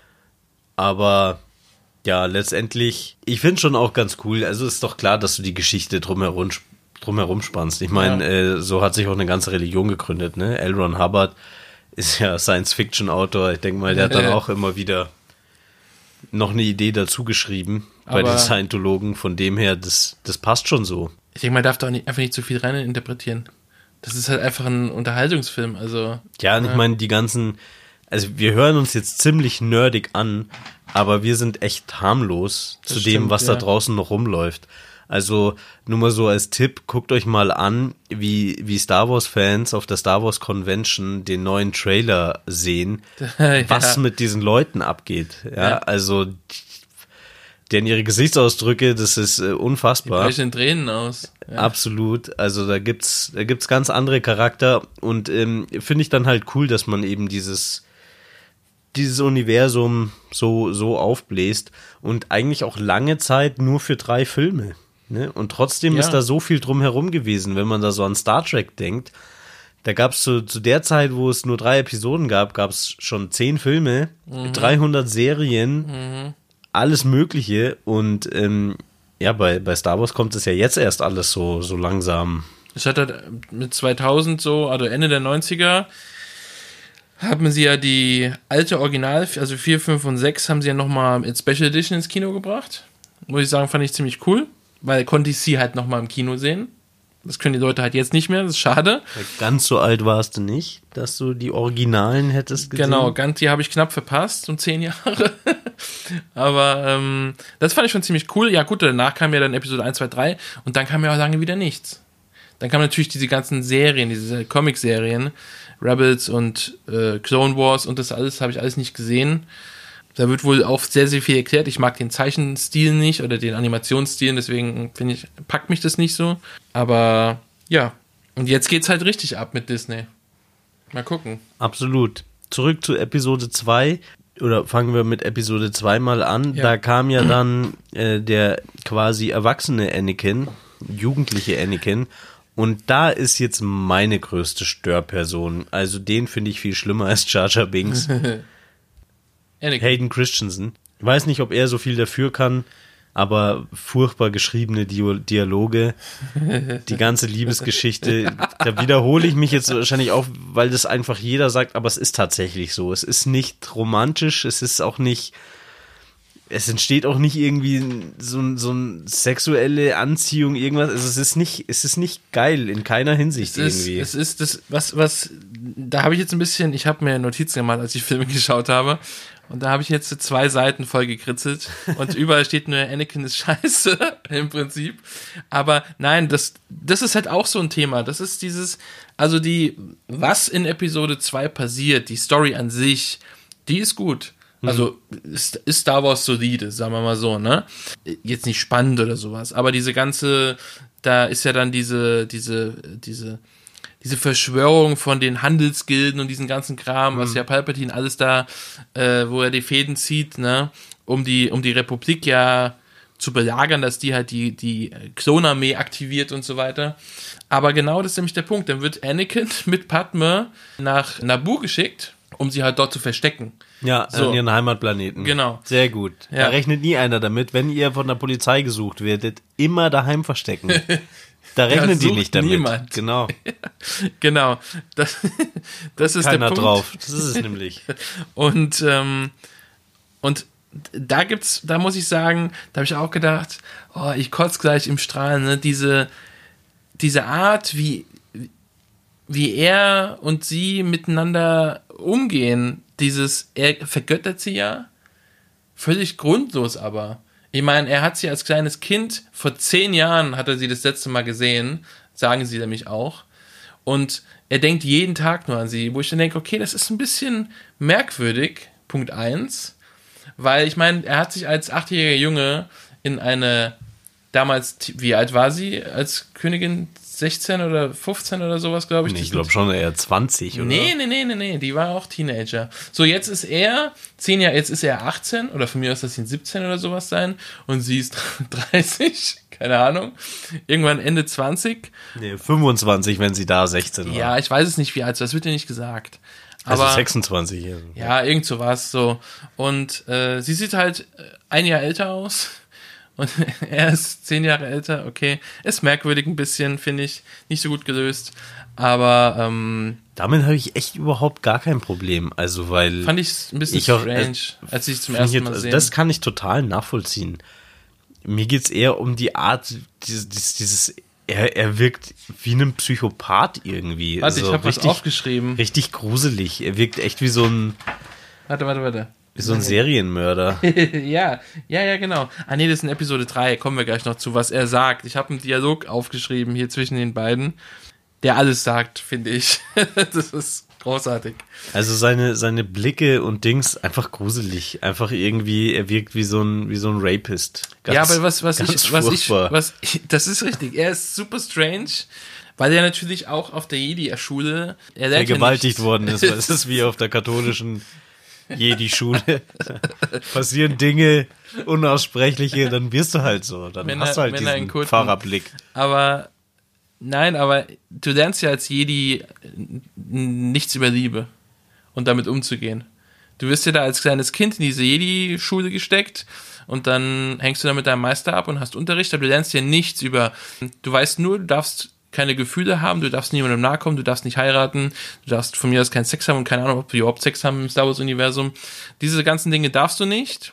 aber ja, letztendlich, ich finde schon auch ganz cool, also ist doch klar, dass du die Geschichte drumherum spannst. Ich meine, so hat sich auch eine ganze Religion gegründet, ne? L. Ron Hubbard ist ja Science-Fiction-Autor, ich denke mal, der hat dann auch immer wieder noch eine Idee dazu geschrieben bei den Scientologen, von dem her, das passt schon so. Ich denke, man darf da einfach nicht zu viel rein interpretieren. Das ist halt einfach ein Unterhaltungsfilm, also. Ja, und ich meine, die ganzen, also wir hören uns jetzt ziemlich nerdig an, aber wir sind echt harmlos zu dem, was da draußen noch rumläuft. Also nur mal so als Tipp, guckt euch mal an, wie Star Wars-Fans auf der Star Wars Convention den neuen Trailer sehen, was mit diesen Leuten abgeht. Ja, also deren ihre Gesichtsausdrücke, das ist unfassbar. Die brechen Tränen aus. Ja. Absolut, also da gibt's ganz andere Charakter und finde ich dann halt cool, dass man eben dieses Universum so aufbläst und eigentlich auch lange Zeit nur für 3 Filme. Ne? Und trotzdem ist da so viel drumherum gewesen, wenn man da so an Star Trek denkt. Da gab es zu der Zeit, wo es nur 3 Episoden gab es schon 10 Filme, 300 Serien, alles Mögliche. Und bei Star Wars kommt es ja jetzt erst alles so langsam. Es hat halt mit 2000 so, also Ende der 90er, haben sie ja die alte Original, also 4, 5 und 6 haben sie ja nochmal in Special Edition ins Kino gebracht. Muss ich sagen, fand ich ziemlich cool, weil konnte ich sie halt nochmal im Kino sehen. Das können die Leute halt jetzt nicht mehr, das ist schade. Ganz so alt warst du nicht, dass du die Originalen hättest gesehen? Genau, die habe ich knapp verpasst, um 10 Jahre. Aber das fand ich schon ziemlich cool. Ja gut, danach kam ja dann Episode 1, 2, 3 und dann kam ja auch lange wieder nichts. Dann kamen natürlich diese ganzen Serien, diese Comic-Serien, Rebels und Clone Wars und das alles habe ich alles nicht gesehen. Da wird wohl auch sehr, sehr viel erklärt. Ich mag den Zeichenstil nicht oder den Animationsstil, deswegen packt mich das nicht so. Aber ja, und jetzt geht's halt richtig ab mit Disney. Mal gucken. Absolut. Zurück zu Episode 2. Oder fangen wir mit Episode 2 mal an. Ja. Da kam ja dann der quasi erwachsene Anakin, jugendliche Anakin. Und da ist jetzt meine größte Störperson. Also den finde ich viel schlimmer als Jar Jar Binks. Hayden Christensen. Ich weiß nicht, ob er so viel dafür kann, aber furchtbar geschriebene Dialoge, die ganze Liebesgeschichte, da wiederhole ich mich jetzt wahrscheinlich auch, weil das einfach jeder sagt, aber es ist tatsächlich so. Es ist nicht romantisch, es entsteht auch nicht irgendwie so ein sexuelle Anziehung, irgendwas. Also es ist nicht geil in keiner Hinsicht irgendwie. Es ist das, was, da habe ich jetzt ich habe mir Notizen gemacht, als ich Filme geschaut habe. Und da habe ich jetzt 2 Seiten voll gekritzelt und überall steht nur, Anakin ist scheiße, im Prinzip. Aber nein, das ist halt auch so ein Thema. Das ist was in Episode 2 passiert, die Story an sich, die ist gut. Also ist Star Wars solide, sagen wir mal so, ne? Jetzt nicht spannend oder sowas, aber da ist ja dann diese Verschwörung von den Handelsgilden und diesen ganzen Kram, was ja Palpatine alles da, wo er die Fäden zieht, ne, um die Republik ja zu belagern, dass die halt die Klonarmee aktiviert und so weiter. Aber genau das ist nämlich der Punkt. Dann wird Anakin mit Padme nach Naboo geschickt, um sie halt dort zu verstecken. Ja, so. An ihren Heimatplaneten. Genau. Sehr gut. Ja. Da rechnet nie einer damit, wenn ihr von der Polizei gesucht werdet, immer daheim verstecken. Da rechnen die nicht damit. Niemand. Genau. Genau. Das ist keiner der Punkt. Drauf. Das ist es nämlich. Und da muss ich sagen, da habe ich auch gedacht, ich kotze gleich im Strahlen, ne? Diese Art, wie er und sie miteinander umgehen, er vergöttert sie ja, völlig grundlos aber. Ich meine, er hat sie als kleines Kind, vor 10 Jahren hat er sie das letzte Mal gesehen, sagen sie nämlich auch, und er denkt jeden Tag nur an sie, wo ich dann denke, okay, das ist ein bisschen merkwürdig, Punkt 1, weil ich meine, er hat sich als 8-jähriger Junge in eine, damals, wie alt war sie als Königin? 16 oder 15 oder sowas, glaube ich. Nee, ich glaube schon eher 20, oder? Nee, die war auch Teenager. So, jetzt ist er 10 Jahre, jetzt ist er 18 oder von mir aus, das ihn 17 oder sowas sein und sie ist 30, keine Ahnung, irgendwann Ende 20. Nee, 25, wenn sie da 16 war. Ja, ich weiß es nicht, wie alt, das wird dir nicht gesagt. Aber, also 26. Ja, irgend sowas, so. Und sie sieht halt ein Jahr älter aus. Und er ist 10 Jahre älter, okay. Ist merkwürdig ein bisschen, finde ich. Nicht so gut gelöst. Aber damit habe ich echt überhaupt gar kein Problem. Also, weil fand ich es ein bisschen strange, als ich es zum ersten Mal sehe. Das kann ich total nachvollziehen. Mir geht's eher um die Art, er wirkt wie ein Psychopath irgendwie. Warte, ich habe was aufgeschrieben. Richtig gruselig. Er wirkt echt wie so ein... Warte. Wie so ein Serienmörder. ja, genau. Ah nee, das ist in Episode 3, kommen wir gleich noch zu, was er sagt. Ich habe einen Dialog aufgeschrieben hier zwischen den beiden, der alles sagt, finde ich. Das ist großartig. Also seine Blicke und Dings, einfach gruselig. Einfach irgendwie, er wirkt wie so ein Rapist. Ja, aber das ist richtig. Er ist super strange. Weil er natürlich auch auf der Jedi-Schule vergewaltigt worden ist, weil es ist wie auf der katholischen Jedi-Schule. Passieren Dinge, unaussprechliche, dann wirst du halt so. Dann hast du halt diesen Fahrerblick. Aber du lernst ja als Jedi nichts über Liebe und damit umzugehen. Du wirst ja da als kleines Kind in diese Jedi-Schule gesteckt und dann hängst du da mit deinem Meister ab und hast Unterricht, aber du lernst ja nichts über, du weißt nur, du darfst keine Gefühle haben, du darfst niemandem nahe kommen, du darfst nicht heiraten, du darfst von mir aus keinen Sex haben und keine Ahnung, ob wir überhaupt Sex haben im Star Wars Universum. Diese ganzen Dinge darfst du nicht,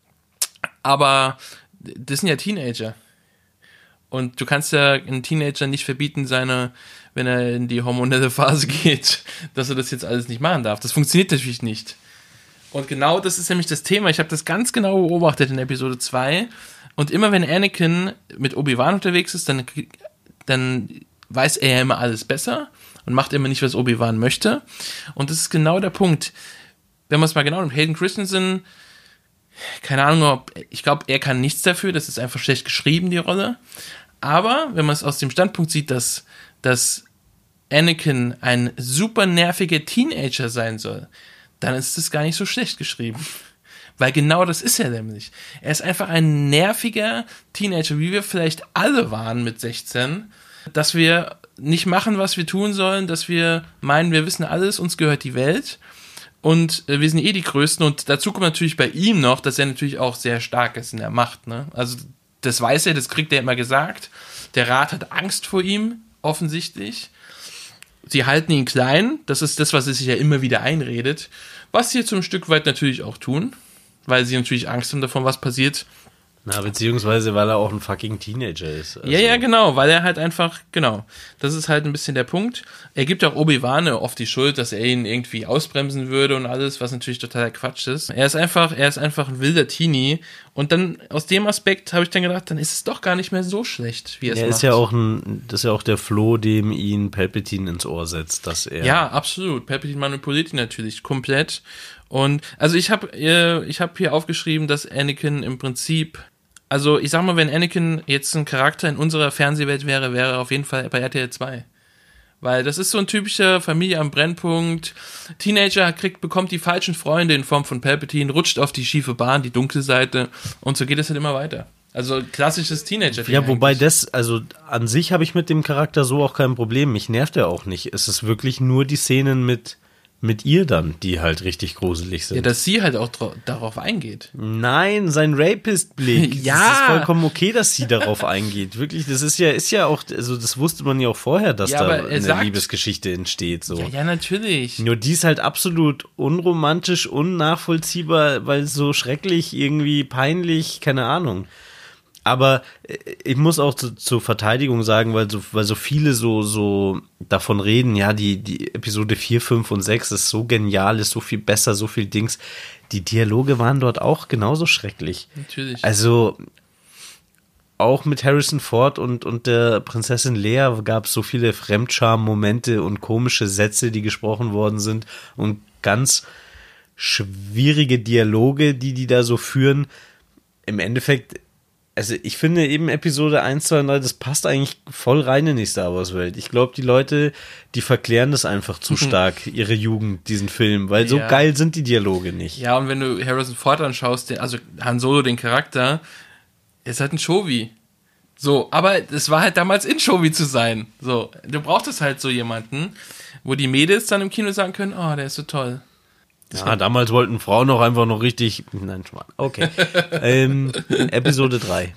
aber das sind ja Teenager. Und du kannst ja einen Teenager nicht verbieten, wenn er in die hormonelle Phase geht, dass er das jetzt alles nicht machen darf. Das funktioniert natürlich nicht. Und genau das ist nämlich das Thema. Ich habe das ganz genau beobachtet in Episode 2. Und immer wenn Anakin mit Obi-Wan unterwegs ist, dann weiß er ja immer alles besser und macht immer nicht, was Obi-Wan möchte. Und das ist genau der Punkt. Wenn man es mal genau nimmt, Hayden Christensen, keine Ahnung, ich glaube, er kann nichts dafür, das ist einfach schlecht geschrieben, die Rolle. Aber wenn man es aus dem Standpunkt sieht, dass Anakin ein super nerviger Teenager sein soll, dann ist das gar nicht so schlecht geschrieben. Weil genau das ist er nämlich. Er ist einfach ein nerviger Teenager, wie wir vielleicht alle waren mit 16, dass wir nicht machen, was wir tun sollen, dass wir meinen, wir wissen alles, uns gehört die Welt und wir sind die Größten. Und dazu kommt natürlich bei ihm noch, dass er natürlich auch sehr stark ist in der Macht. Ne? Also das weiß er, das kriegt er immer gesagt. Der Rat hat Angst vor ihm, offensichtlich. Sie halten ihn klein, das ist das, was er sich ja immer wieder einredet. Was sie zum Stück weit natürlich auch tun, weil sie natürlich Angst haben davon, was passiert. Na, beziehungsweise, weil er auch ein fucking Teenager ist. Also. Ja, genau, weil er halt einfach, genau, das ist halt ein bisschen der Punkt. Er gibt auch Obi-Wan oft die Schuld, dass er ihn irgendwie ausbremsen würde und alles, was natürlich totaler Quatsch ist. Er ist einfach ein wilder Teenie und dann, aus dem Aspekt habe ich dann gedacht, dann ist es doch gar nicht mehr so schlecht, wie er es macht. Das ist ja auch der Floh, dem ihn Palpatine ins Ohr setzt, dass er... Ja, absolut, Palpatine manipuliert ihn natürlich komplett. Und, also ich hab hier aufgeschrieben, dass Anakin im Prinzip, also ich sag mal, wenn Anakin jetzt ein Charakter in unserer Fernsehwelt wäre, wäre er auf jeden Fall bei RTL 2. Weil das ist so ein typischer Familie am Brennpunkt. Teenager bekommt die falschen Freunde in Form von Palpatine, rutscht auf die schiefe Bahn, die dunkle Seite und so geht es halt immer weiter. Also klassisches Teenager-Ding. Ja, wobei also an sich habe ich mit dem Charakter so auch kein Problem. Mich nervt er auch nicht. Es ist wirklich nur die Szenen mit ihr dann, die halt richtig gruselig sind. Ja, dass sie halt auch darauf eingeht. Nein, sein Rapist-Blick. Ja. Das ist vollkommen okay, dass sie darauf eingeht. Wirklich, das ist ja auch, also das wusste man ja auch vorher, dass da eine Liebesgeschichte entsteht. So. Ja, natürlich. Nur die ist halt absolut unromantisch, unnachvollziehbar, weil so schrecklich, irgendwie peinlich, keine Ahnung. Aber ich muss auch zur Verteidigung sagen, weil so viele so davon reden, ja, die Episode 4, 5 und 6 ist so genial, ist so viel besser, so viel Dings. Die Dialoge waren dort auch genauso schrecklich. Natürlich. Also auch mit Harrison Ford und der Prinzessin Leia gab es so viele Fremdscham-Momente und komische Sätze, die gesprochen worden sind und ganz schwierige Dialoge, die da so führen. Im Endeffekt, Also ich finde eben Episode 1, 2 und 3, das passt eigentlich voll rein in die Star Wars Welt. Ich glaube, die Leute, die verklären das einfach zu stark, ihre Jugend, diesen Film, weil so geil sind die Dialoge nicht. Ja, und wenn du Harrison Ford anschaust, also Han Solo, den Charakter, ist halt ein Shovi. So, aber es war halt damals in Shovi zu sein. So, du brauchtest halt so jemanden, wo die Mädels dann im Kino sagen können, oh, der ist so toll. Ja, damals wollten Frauen auch einfach noch richtig... Nein, Schmarrn. Okay. Episode 3.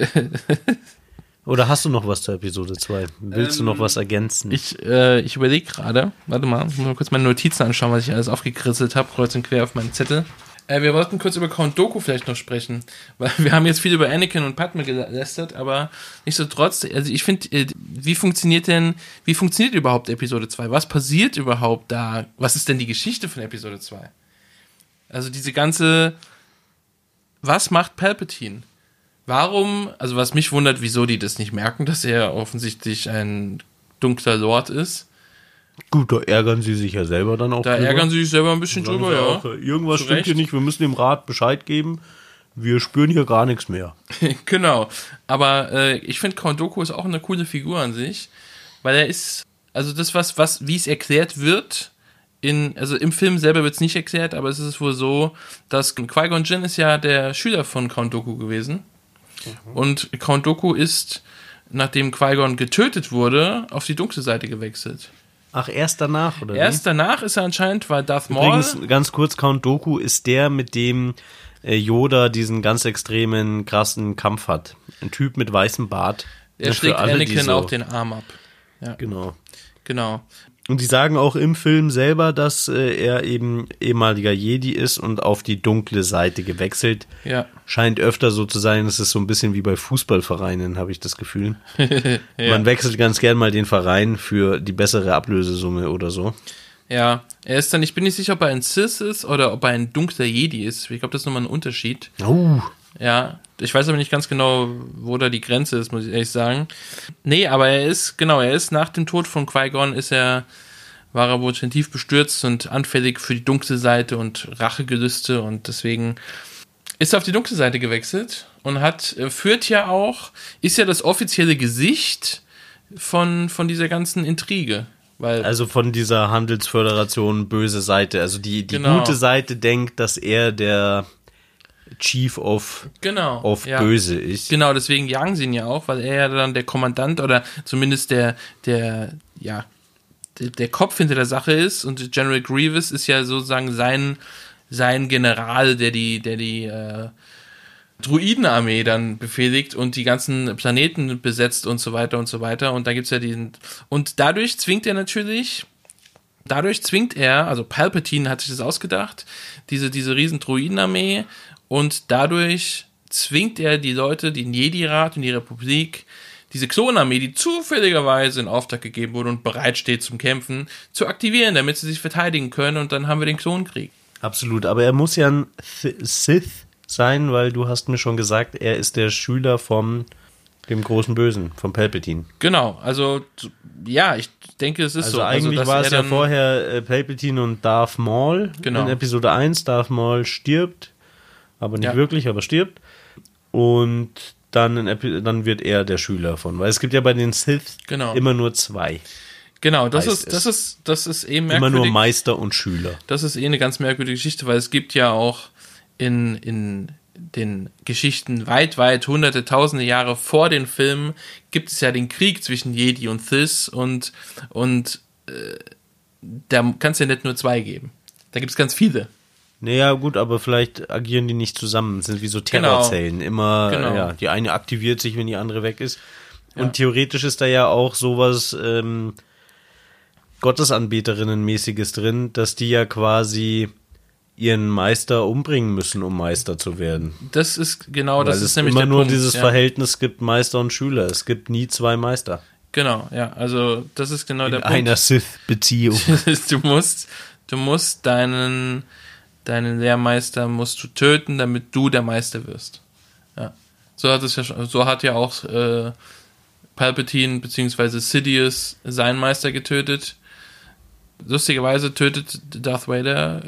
Oder hast du noch was zur Episode 2? Willst du noch was ergänzen? Ich überlege gerade. Warte mal, ich muss mal kurz meine Notizen anschauen, was ich alles aufgekritzelt habe, kreuz und quer auf meinen Zettel. Wir wollten kurz über Count Dooku vielleicht noch sprechen, weil wir haben jetzt viel über Anakin und Padme gelästert, aber nichtsdestotrotz, also ich finde, wie funktioniert überhaupt Episode 2? Was passiert überhaupt da? Was ist denn die Geschichte von Episode 2? Also diese ganze, was macht Palpatine? Warum, also was mich wundert, wieso die das nicht merken, dass er offensichtlich ein dunkler Lord ist. Gut, da ärgern sie sich ja selber dann auch Da drüber. ärgern sie sich selber ein bisschen drüber, ja. Auch, irgendwas stimmt hier nicht, wir müssen dem Rat Bescheid geben. Wir spüren hier gar nichts mehr. Genau, aber ich finde, Count Dooku ist auch eine coole Figur an sich, weil er ist, also das, wie es erklärt wird, also im Film selber wird es nicht erklärt, aber es ist wohl so, dass Qui-Gon Jinn ist ja der Schüler von Count Dooku gewesen. Und Count Dooku ist, nachdem Qui-Gon getötet wurde, auf die dunkle Seite gewechselt. Ach, erst danach, oder? Erst danach ist er anscheinend, weil Darth Maul... Übrigens, ganz kurz, Count Dooku ist der, mit dem Yoda diesen ganz extremen, krassen Kampf hat. Ein Typ mit weißem Bart. Er schlägt Anakin auch den Arm ab. Ja. Genau. Und die sagen auch im Film selber, dass er eben ehemaliger Jedi ist und auf die dunkle Seite gewechselt. Ja. Scheint öfter so zu sein, es ist so ein bisschen wie bei Fußballvereinen, habe ich das Gefühl. Ja. Man wechselt ganz gern mal den Verein für die bessere Ablösesumme oder so. Ja, er ist dann, ich bin nicht sicher, ob er ein Sith ist oder ob er ein dunkler Jedi ist. Ich glaube, das ist nochmal ein Unterschied. Ja, ich weiß aber nicht ganz genau, wo da die Grenze ist, muss ich ehrlich sagen. Nee, aber er ist nach dem Tod von Qui-Gon war er wohl schon tief bestürzt und anfällig für die dunkle Seite und Rachegelüste und deswegen ist er auf die dunkle Seite gewechselt und ist ja das offizielle Gesicht von dieser ganzen Intrige. Also von dieser Handelsföderation böse Seite. Also die gute Seite denkt, dass er der Chief of Böse ist. Genau, deswegen jagen sie ihn ja auch, weil er ja dann der Kommandant oder zumindest der Kopf hinter der Sache ist und General Grievous ist ja sozusagen sein General, der die Druidenarmee dann befehligt und die ganzen Planeten besetzt und so weiter und so weiter. Und da gibt's ja und dadurch zwingt er, also Palpatine hat sich das ausgedacht, diese riesen Druidenarmee, und dadurch zwingt er die Leute, den Jedi-Rat und die Republik, diese Klonarmee, die zufälligerweise in Auftrag gegeben wurde und bereit steht zum Kämpfen, zu aktivieren, damit sie sich verteidigen können, und dann haben wir den Klonkrieg. Absolut, aber er muss ja ein Sith sein, weil du hast mir schon gesagt, er ist der Schüler vom dem großen Bösen, vom Palpatine. Genau, also ja, ich denke, es ist so. Eigentlich war es ja vorher Palpatine und Darth Maul. Genau. In Episode 1, Darth Maul stirbt, aber nicht wirklich, aber stirbt. Und dann wird er der Schüler von, weil es gibt ja bei den Sith immer nur 2. Genau, das ist eben merkwürdig. Immer nur Meister und Schüler. Das ist eine ganz merkwürdige Geschichte, weil es gibt ja auch in den Geschichten weit, hunderte, tausende Jahre vor den Filmen gibt es ja den Krieg zwischen Jedi und Sith und da kann es ja nicht nur 2 geben. Da gibt es ganz viele. Naja, gut, aber vielleicht agieren die nicht zusammen, sind wie so Terrorzellen. Immer, die eine aktiviert sich, wenn die andere weg ist. Ja. Und theoretisch ist da ja auch sowas Gottesanbeterinnen-mäßiges drin, dass die ja quasi ihren Meister umbringen müssen, um Meister zu werden. Das ist nämlich der Punkt. Weil es immer nur dieses Verhältnis gibt, Meister und Schüler. Es gibt nie 2 Meister. Genau, ja, also das ist genau der Punkt. In einer Sith-Beziehung. Du musst deinen Lehrmeister musst du töten, damit du der Meister wirst. Ja. So hat ja auch Palpatine bzw. Sidious seinen Meister getötet. Lustigerweise tötet Darth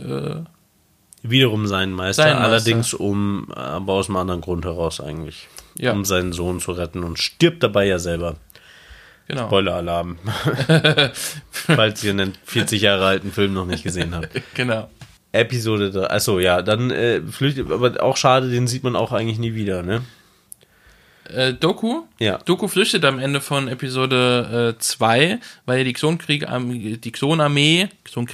Vader wiederum seinen Meister, allerdings aber aus einem anderen Grund heraus eigentlich. um seinen Sohn zu retten und stirbt dabei ja selber. Genau. Spoiler-Alarm. Falls ihr einen 40 Jahre alten Film noch nicht gesehen habt. Genau. Episode 3. Achso, ja, dann flüchtet, aber auch schade, den sieht man auch eigentlich nie wieder, ne? Doku? Ja. Doku flüchtet am Ende von Episode 2, weil die Xon-Armee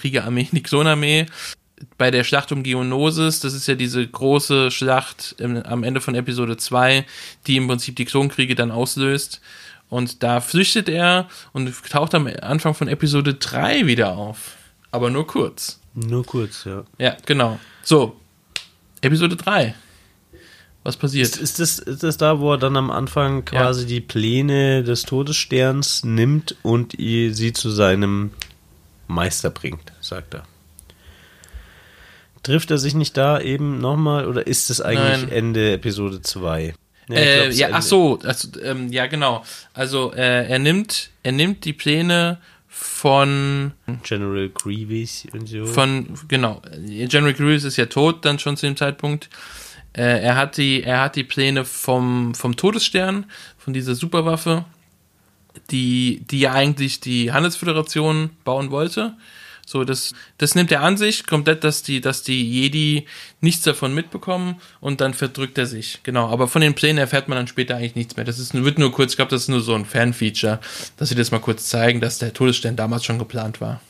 bei der Schlacht um Geonosis, das ist ja diese große Schlacht am Ende von Episode 2, die im Prinzip die Klonkriege dann auslöst. Und da flüchtet er und taucht am Anfang von Episode 3 wieder auf. Aber nur kurz. Nur kurz, ja. Ja, genau. So, Episode 3. Was passiert? Ist das da, wo er dann am Anfang quasi die Pläne des Todessterns nimmt und sie zu seinem Meister bringt, sagt er. Trifft er sich nicht da eben nochmal oder ist es eigentlich Ende Episode 2? Ja, genau. Also er nimmt die Pläne von General Grievous und so. General Grievous ist ja tot dann schon zu dem Zeitpunkt. Er hat die Pläne vom Todesstern, von dieser Superwaffe, die ja eigentlich die Handelsföderation bauen wollte. So, das nimmt er an sich komplett, dass die Jedi nichts davon mitbekommen und dann verdrückt er sich. Genau, aber von den Plänen erfährt man dann später eigentlich nichts mehr. Wird nur kurz, ich glaube, das ist nur so ein Fan-Feature, dass sie das mal kurz zeigen, dass der Todesstern damals schon geplant war.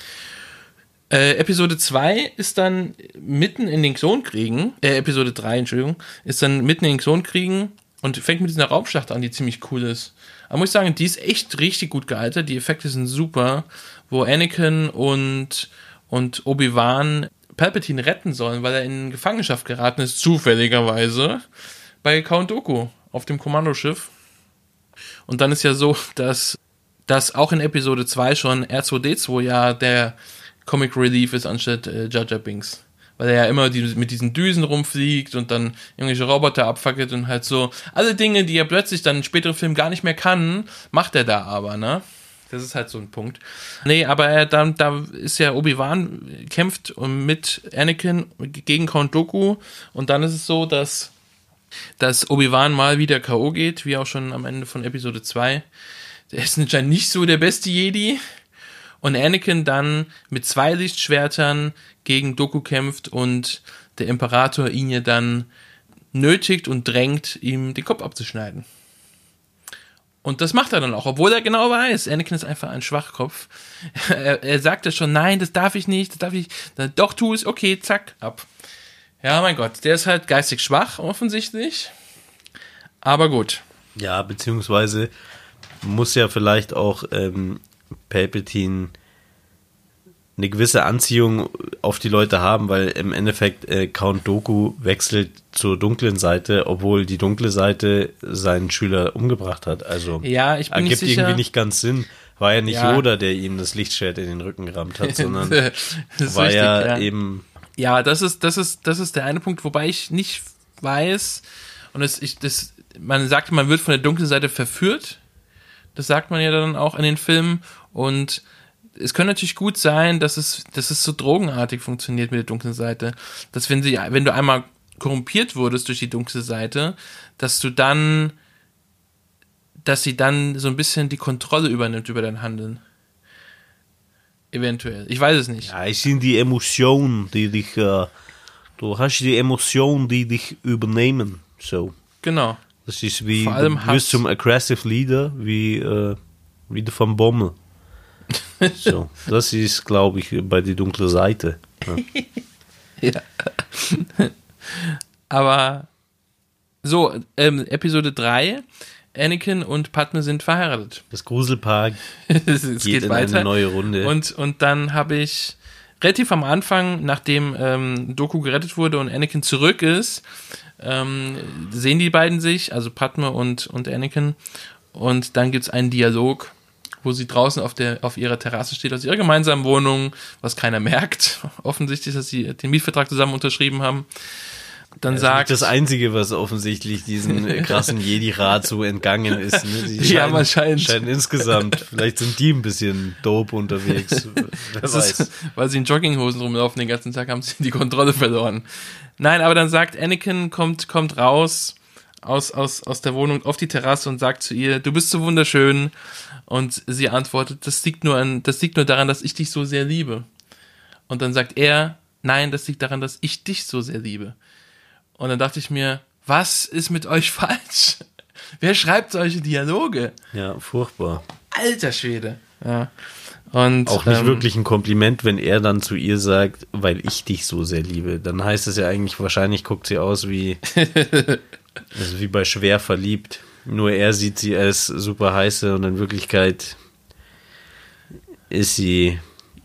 Episode 2 ist dann mitten in den Klonkriegen, Episode 3, Entschuldigung, ist dann mitten in den Klonkriegen und fängt mit dieser Raumschlacht an, die ziemlich cool ist. Aber muss ich sagen, die ist echt richtig gut gealtert, die Effekte sind super, wo Anakin und Obi-Wan Palpatine retten sollen, weil er in Gefangenschaft geraten ist, zufälligerweise, bei Count Dooku auf dem Kommandoschiff. Und dann ist ja so, dass auch in Episode 2 schon R2-D2 ja der Comic Relief ist anstatt Jar Jar Binks. Weil er ja immer mit diesen Düsen rumfliegt und dann irgendwelche Roboter abfackelt und halt so. Alle Dinge, die er plötzlich dann in späteren Filmen gar nicht mehr kann, macht er da aber, ne? Das ist halt so ein Punkt. Nee, aber da ist ja Obi-Wan kämpft mit Anakin gegen Count Dooku und dann ist es so, dass Obi-Wan mal wieder K.O. geht, wie auch schon am Ende von Episode 2. Der ist anscheinend nicht so der beste Jedi. Und Anakin dann mit 2 Lichtschwertern gegen Dooku kämpft und der Imperator ihn ja dann nötigt und drängt, ihm den Kopf abzuschneiden. Und das macht er dann auch, obwohl er genau weiß, Anakin ist einfach ein Schwachkopf. Er sagt ja schon, nein, das darf ich nicht. Dann, doch, tu es, okay, zack, ab. Ja, mein Gott, der ist halt geistig schwach, offensichtlich. Aber gut. Ja, beziehungsweise muss ja vielleicht auch Palpatine eine gewisse Anziehung auf die Leute haben, weil im Endeffekt Count Dooku wechselt zur dunklen Seite, obwohl die dunkle Seite seinen Schüler umgebracht hat. Also ja, ich bin ergibt nicht sicher. Irgendwie nicht ganz Sinn. War ja nicht Yoda, der ihm das Lichtschwert in den Rücken gerammt hat, sondern war richtig, ja eben... Ja, das ist der eine Punkt, wobei ich nicht weiß, und man sagt, man wird von der dunklen Seite verführt. Das sagt man ja dann auch in den Filmen. Und es könnte natürlich gut sein, dass es so drogenartig funktioniert mit der dunklen Seite. Dass wenn du einmal korrumpiert wurdest durch die dunkle Seite, dass sie dann so ein bisschen die Kontrolle übernimmt über dein Handeln. Eventuell. Ich weiß es nicht. Ja, es sind die Emotionen, die dich, du hast die Emotionen, die dich übernehmen. So. Genau. Das ist wie, du wirst zum aggressive Leader, wie der Van Bommel. So, das ist, glaube ich, bei die dunkle Seite. Ja. Aber so, Episode 3, Anakin und Padme sind verheiratet. Das Gruselpaar es geht in weiter. Eine neue Runde. Und dann habe ich relativ am Anfang, nachdem Dooku gerettet wurde und Anakin zurück ist, sehen die beiden sich, also Padme und Anakin, und dann gibt es einen Dialog, wo sie draußen auf ihrer Terrasse steht, aus ihrer gemeinsamen Wohnung, was keiner merkt, offensichtlich, dass sie den Mietvertrag zusammen unterschrieben haben. Dann das sagt... ist das Einzige, was offensichtlich diesen krassen Jedi-Rat so entgangen ist. Ne? Ja, wahrscheinlich. Scheinen insgesamt, vielleicht sind die ein bisschen dope unterwegs. Wer weiß. Weil sie in Jogginghosen rumlaufen den ganzen Tag, haben sie die Kontrolle verloren. Nein, aber dann sagt Anakin, kommt raus aus der Wohnung auf die Terrasse und sagt zu ihr, du bist so wunderschön. Und sie antwortet, das liegt nur daran, dass ich dich so sehr liebe. Und dann sagt er, nein, das liegt daran, dass ich dich so sehr liebe. Und dann dachte ich mir, was ist mit euch falsch? Wer schreibt solche Dialoge? Ja, furchtbar. Alter Schwede. Ja. Und, auch nicht wirklich ein Kompliment, wenn er dann zu ihr sagt, weil ich dich so sehr liebe. Dann heißt es ja eigentlich, wahrscheinlich guckt sie aus wie, also wie bei Schwer verliebt. Nur er sieht sie als super heiße und in Wirklichkeit ist sie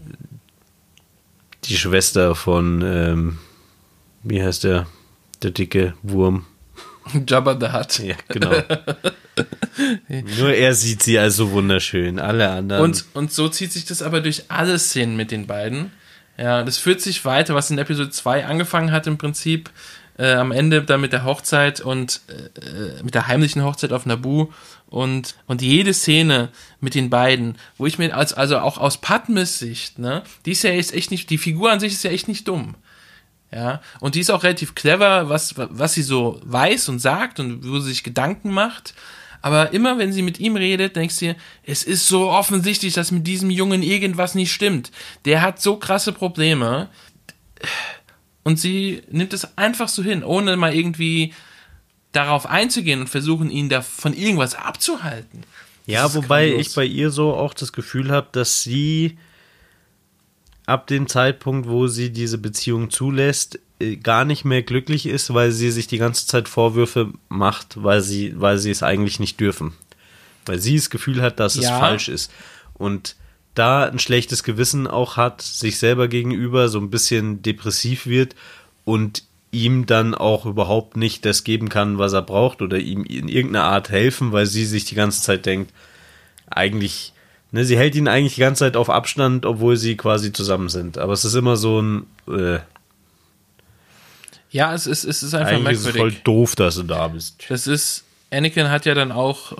die Schwester von, wie heißt der dicke Wurm? Jabba the Hutt. Ja, genau. Nur er sieht sie als so wunderschön, alle anderen. Und so zieht sich das aber durch alle Szenen mit den beiden. Ja, das führt sich weiter, was in Episode 2 angefangen hat im Prinzip. Am Ende dann mit der Hochzeit und mit der heimlichen Hochzeit auf Naboo und jede Szene mit den beiden, wo ich mir also auch aus Padmes Sicht, ne, die ist ja jetzt echt nicht, die Figur an sich ist ja echt nicht dumm. Ja, und die ist auch relativ clever, was sie so weiß und sagt und wo sie sich Gedanken macht. Aber immer, wenn sie mit ihm redet, denkst du dir, es ist so offensichtlich, dass mit diesem Jungen irgendwas nicht stimmt. Der hat so krasse Probleme. Und sie nimmt es einfach so hin, ohne mal irgendwie darauf einzugehen und versuchen, ihn da von irgendwas abzuhalten. Ja, wobei ich bei ihr so auch das Gefühl habe, dass sie ab dem Zeitpunkt, wo sie diese Beziehung zulässt, gar nicht mehr glücklich ist, weil sie sich die ganze Zeit Vorwürfe macht, weil sie es eigentlich nicht dürfen. Weil sie das Gefühl hat, dass es falsch ist. Und da ein schlechtes Gewissen auch hat, sich selber gegenüber so ein bisschen depressiv wird und ihm dann auch überhaupt nicht das geben kann, was er braucht oder ihm in irgendeiner Art helfen, weil sie sich die ganze Zeit denkt, eigentlich, ne, sie hält ihn eigentlich die ganze Zeit auf Abstand, obwohl sie quasi zusammen sind. Aber es ist immer so ein ja, es ist einfach eigentlich merkwürdig. Ist es voll doof, dass du da bist. Das ist, Anakin hat ja dann auch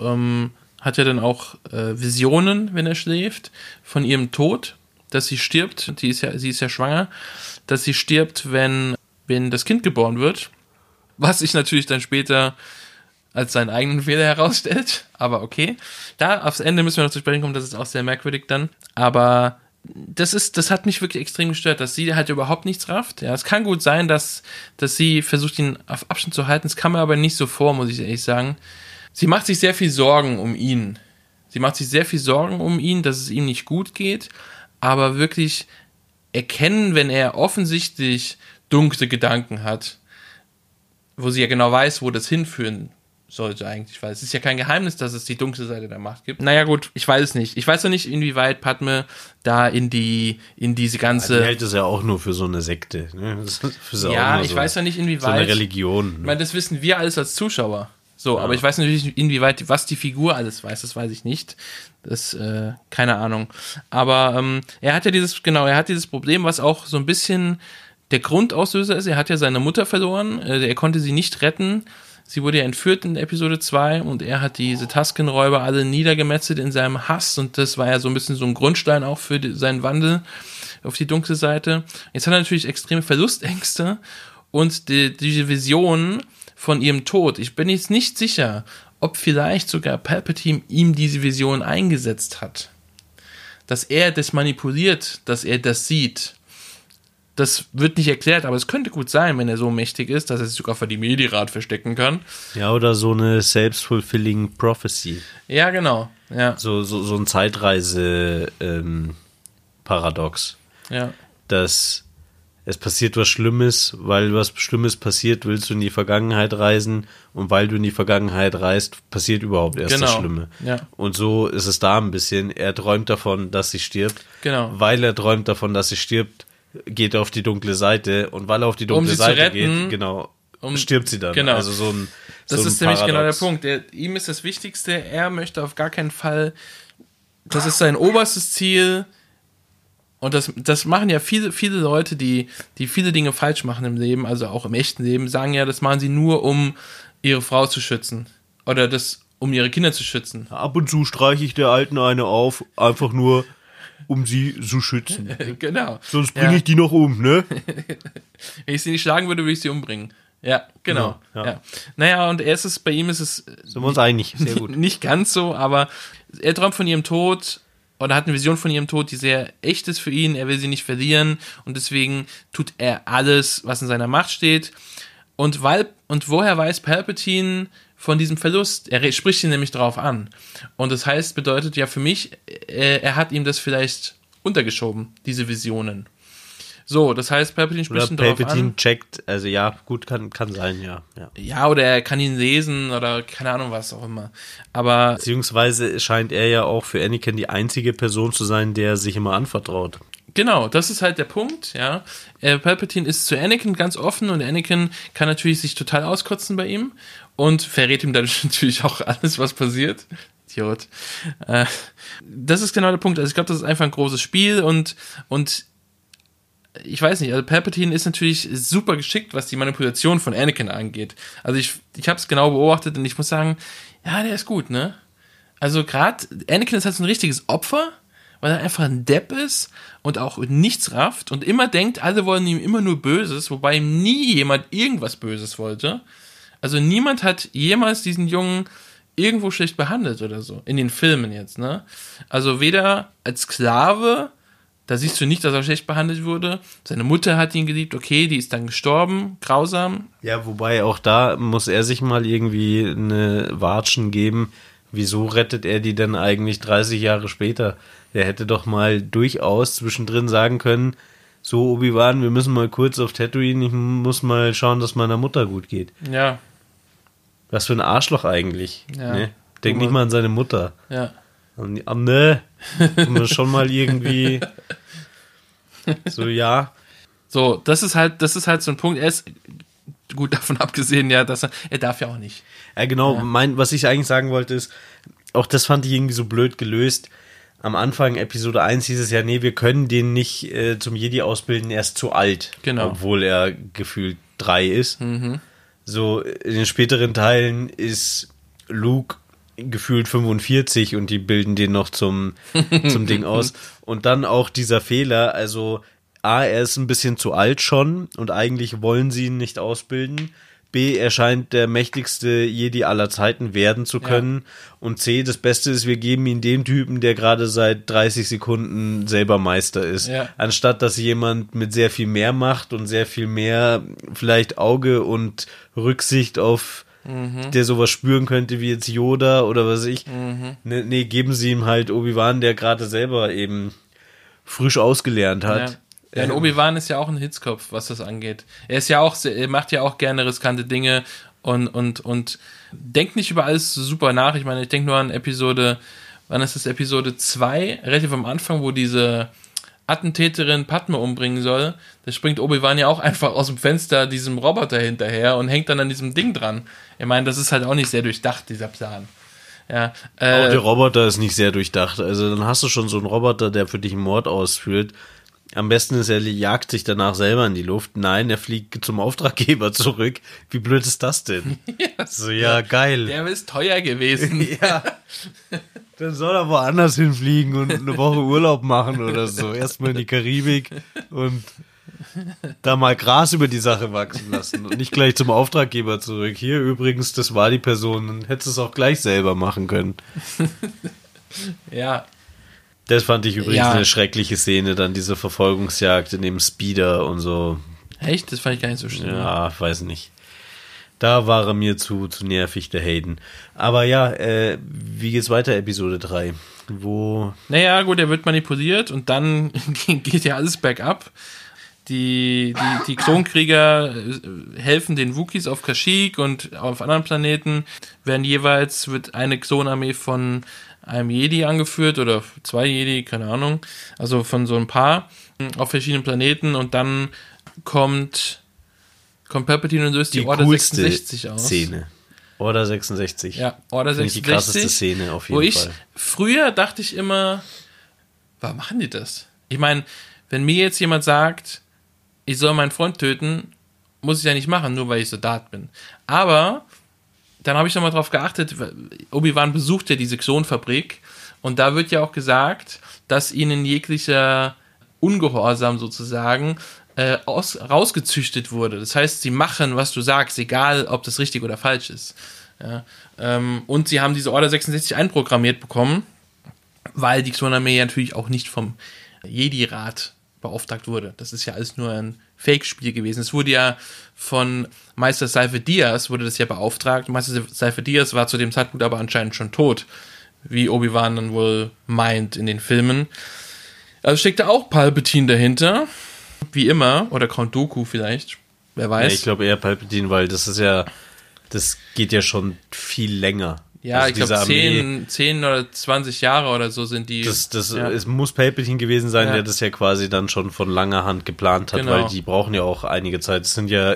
Visionen, wenn er schläft, von ihrem Tod, dass sie stirbt, sie ist ja schwanger, dass sie stirbt, wenn das Kind geboren wird, was sich natürlich dann später als seinen eigenen Fehler herausstellt, aber okay. Da aufs Ende müssen wir noch zu sprechen kommen, das ist auch sehr merkwürdig dann, aber das hat mich wirklich extrem gestört, dass sie halt überhaupt nichts rafft. Ja, es kann gut sein, dass sie versucht, ihn auf Abstand zu halten, es kam mir aber nicht so vor, muss ich ehrlich sagen. Sie macht sich sehr viel Sorgen um ihn. dass es ihm nicht gut geht, aber wirklich erkennen, wenn er offensichtlich dunkle Gedanken hat, wo sie ja genau weiß, wo das hinführen sollte eigentlich, weil es ist ja kein Geheimnis, dass es die dunkle Seite der Macht gibt. Naja gut, ich weiß es nicht. Ich weiß noch nicht, inwieweit Padme da in diese ganze... Die hält es ja auch nur für so eine Sekte. Ne? Weiß ja nicht, inwieweit... So eine Religion. Ne? Ich meine, das wissen wir alles als Zuschauer. So, ja. Aber ich weiß natürlich, inwieweit, was die Figur alles weiß, das weiß ich nicht. Das, keine Ahnung. Aber er hat dieses Problem, was auch so ein bisschen der Grundauslöser ist. Er hat ja seine Mutter verloren, er konnte sie nicht retten. Sie wurde ja entführt in Episode 2 und er hat diese Tusken-Räuber alle niedergemetzelt in seinem Hass und das war ja so ein bisschen so ein Grundstein auch für seinen Wandel auf die dunkle Seite. Jetzt hat er natürlich extreme Verlustängste und diese Vision von ihrem Tod. Ich bin jetzt nicht sicher, ob vielleicht sogar Palpatine ihm diese Vision eingesetzt hat. Dass er das manipuliert, dass er das sieht. Das wird nicht erklärt, aber es könnte gut sein, wenn er so mächtig ist, dass er sich sogar vor die Medirat verstecken kann. Ja, oder so eine self-fulfilling prophecy. Ja, genau. Ja. So ein Zeitreise-Paradox. Ja. Dass es passiert was Schlimmes, weil was Schlimmes passiert, willst du in die Vergangenheit reisen und weil du in die Vergangenheit reist, passiert überhaupt erst das Schlimme. Ja. Und so ist es da ein bisschen. Er träumt davon, dass sie stirbt. Genau. Weil er träumt davon, dass sie stirbt, geht er auf die dunkle Seite und weil er auf die dunkle Seite geht, stirbt sie dann. Genau. Also das ist nämlich genau der Punkt. Ihm ist das Wichtigste, er möchte auf gar keinen Fall, das ist sein oberstes Ziel und das machen ja viele Leute, die viele Dinge falsch machen im Leben, also auch im echten Leben, sagen ja, das machen sie nur, um ihre Frau zu schützen oder um ihre Kinder zu schützen. Ab und zu streiche ich der Alten eine auf, einfach nur um sie zu schützen. Genau. Sonst bringe ich die noch um, ne? Wenn ich sie nicht schlagen würde, würde ich sie umbringen. Ja, genau. Ja. Naja, und bei ihm ist es. Sind wir uns einig, sehr gut. Nicht ganz so, aber er träumt von ihrem Tod oder hat eine Vision von ihrem Tod, die sehr echt ist für ihn. Er will sie nicht verlieren und deswegen tut er alles, was in seiner Macht steht. Und woher weiß Palpatine von diesem Verlust? Er spricht ihn nämlich darauf an. Und das heißt, bedeutet ja für mich, er hat ihm das vielleicht untergeschoben, diese Visionen. So, das heißt, Palpatine spricht ihn darauf an. Palpatine checkt, also ja, gut, kann sein, ja. Ja, oder er kann ihn lesen oder keine Ahnung, was auch immer. Aber beziehungsweise scheint er ja auch für Anakin die einzige Person zu sein, der sich immer anvertraut. Genau, das ist halt der Punkt, ja. Palpatine ist zu Anakin ganz offen und Anakin kann natürlich sich total auskotzen bei ihm und verrät ihm dadurch natürlich auch alles, was passiert. Idiot. Das ist genau der Punkt. Also ich glaube, das ist einfach ein großes Spiel und ich weiß nicht, also Palpatine ist natürlich super geschickt, was die Manipulation von Anakin angeht. Also ich habe es genau beobachtet und ich muss sagen, ja, der ist gut, ne? Also gerade Anakin ist halt so ein richtiges Opfer, weil er einfach ein Depp ist und auch nichts rafft und immer denkt, alle wollen ihm immer nur Böses, wobei ihm nie jemand irgendwas Böses wollte. Also niemand hat jemals diesen Jungen irgendwo schlecht behandelt oder so, in den Filmen jetzt, ne? Also weder als Sklave, da siehst du nicht, dass er schlecht behandelt wurde. Seine Mutter hat ihn geliebt, okay, die ist dann gestorben, grausam. Ja, wobei auch da muss er sich mal irgendwie eine Watschen geben. Wieso rettet er die denn eigentlich 30 Jahre später? Der hätte doch mal durchaus zwischendrin sagen können, so Obi-Wan, wir müssen mal kurz auf Tatooine, ich muss mal schauen, dass meiner Mutter gut geht. Ja. Was für ein Arschloch eigentlich. Ja. Ne? Denk nicht mal an seine Mutter. Ja. Ne, schon mal irgendwie so, ja. So, das ist halt so ein Punkt. Er ist gut davon abgesehen, ja, dass er darf ja auch nicht. Ja, genau. Ja. Was ich eigentlich sagen wollte ist, auch das fand ich irgendwie so blöd gelöst. Am Anfang Episode 1 hieß es ja, nee, wir können den nicht zum Jedi ausbilden, er ist zu alt. Genau. Obwohl er gefühlt 3 ist. Mhm. So, in den späteren Teilen ist Luke gefühlt 45 und die bilden den noch zum Ding aus. Und dann auch dieser Fehler, also A, er ist ein bisschen zu alt schon und eigentlich wollen sie ihn nicht ausbilden. B, er scheint der mächtigste Jedi aller Zeiten werden zu können. Ja. Und C, das Beste ist, wir geben ihn dem Typen, der gerade seit 30 Sekunden selber Meister ist. Ja. Anstatt, dass jemand mit sehr viel mehr Macht und sehr viel mehr vielleicht Auge und Rücksicht auf der sowas spüren könnte wie jetzt Yoda oder was ich. Nee, geben sie ihm halt Obi-Wan, der gerade selber eben frisch ausgelernt hat. Ja, und Obi-Wan ist ja auch ein Hitzkopf, was das angeht. Er macht ja auch gerne riskante Dinge und denkt nicht über alles super nach. Ich meine, ich denke nur an Episode 2, relativ am Anfang, wo diese Attentäterin Padme umbringen soll. Da springt Obi-Wan ja auch einfach aus dem Fenster diesem Roboter hinterher und hängt dann an diesem Ding dran. Ich meine, das ist halt auch nicht sehr durchdacht, dieser Plan. Ja, auch der Roboter ist nicht sehr durchdacht. Also dann hast du schon so einen Roboter, der für dich einen Mord ausführt. Am besten ist, er jagt sich danach selber in die Luft. Nein, er fliegt zum Auftraggeber zurück. Wie blöd ist das denn? Ja, geil. Der ist teuer gewesen. Ja. Dann soll er woanders hinfliegen und eine Woche Urlaub machen oder so. Erstmal in die Karibik und da mal Gras über die Sache wachsen lassen und nicht gleich zum Auftraggeber zurück. Hier übrigens, das war die Person. Dann hättest du es auch gleich selber machen können. Ja. Das fand ich übrigens eine schreckliche Szene, dann diese Verfolgungsjagd in dem Speeder und so. Echt? Das fand ich gar nicht so schlimm. Ja, weiß nicht. Da war er mir zu nervig, der Hayden. Aber ja, wie geht's weiter, Episode 3? Naja, gut, er wird manipuliert und dann geht ja alles bergab. Die Klonkrieger helfen den Wookiees auf Kashyyyk und auf anderen Planeten. Wird eine Klonarmee von einem Jedi angeführt oder 2 Jedi, keine Ahnung. Also von so ein paar auf verschiedenen Planeten und dann kommt Palpatine und löst die Order 66 aus. Szene. Order 66. Ja, Order 66. Die krasseste Szene auf jeden Fall. Früher dachte ich immer, warum machen die das? Ich meine, wenn mir jetzt jemand sagt, ich soll meinen Freund töten, muss ich ja nicht machen, nur weil ich Soldat bin. Aber dann habe ich nochmal drauf geachtet, Obi-Wan besucht ja diese Klonfabrik und da wird ja auch gesagt, dass ihnen jeglicher Ungehorsam sozusagen rausgezüchtet wurde. Das heißt, sie machen, was du sagst, egal, ob das richtig oder falsch ist. Ja, und sie haben diese Order 66 einprogrammiert bekommen, weil die Klonarmee natürlich auch nicht vom Jedi-Rat beauftragt wurde. Das ist ja alles nur ein Fake-Spiel gewesen. Es wurde ja von Meister Seife Diaz wurde das ja beauftragt. Meister Seife Diaz war zu dem Zeitpunkt aber anscheinend schon tot, wie Obi-Wan dann wohl meint in den Filmen. Also steckt da auch Palpatine dahinter, wie immer, oder Count Dooku vielleicht, wer weiß. Ja, ich glaube eher Palpatine, weil das geht ja schon viel länger. Ja, also ich glaube 10 oder 20 Jahre oder so sind die. Es muss Palpatine gewesen sein, der das ja quasi dann schon von langer Hand geplant hat, Genau. weil die brauchen ja auch einige Zeit. Es sind ja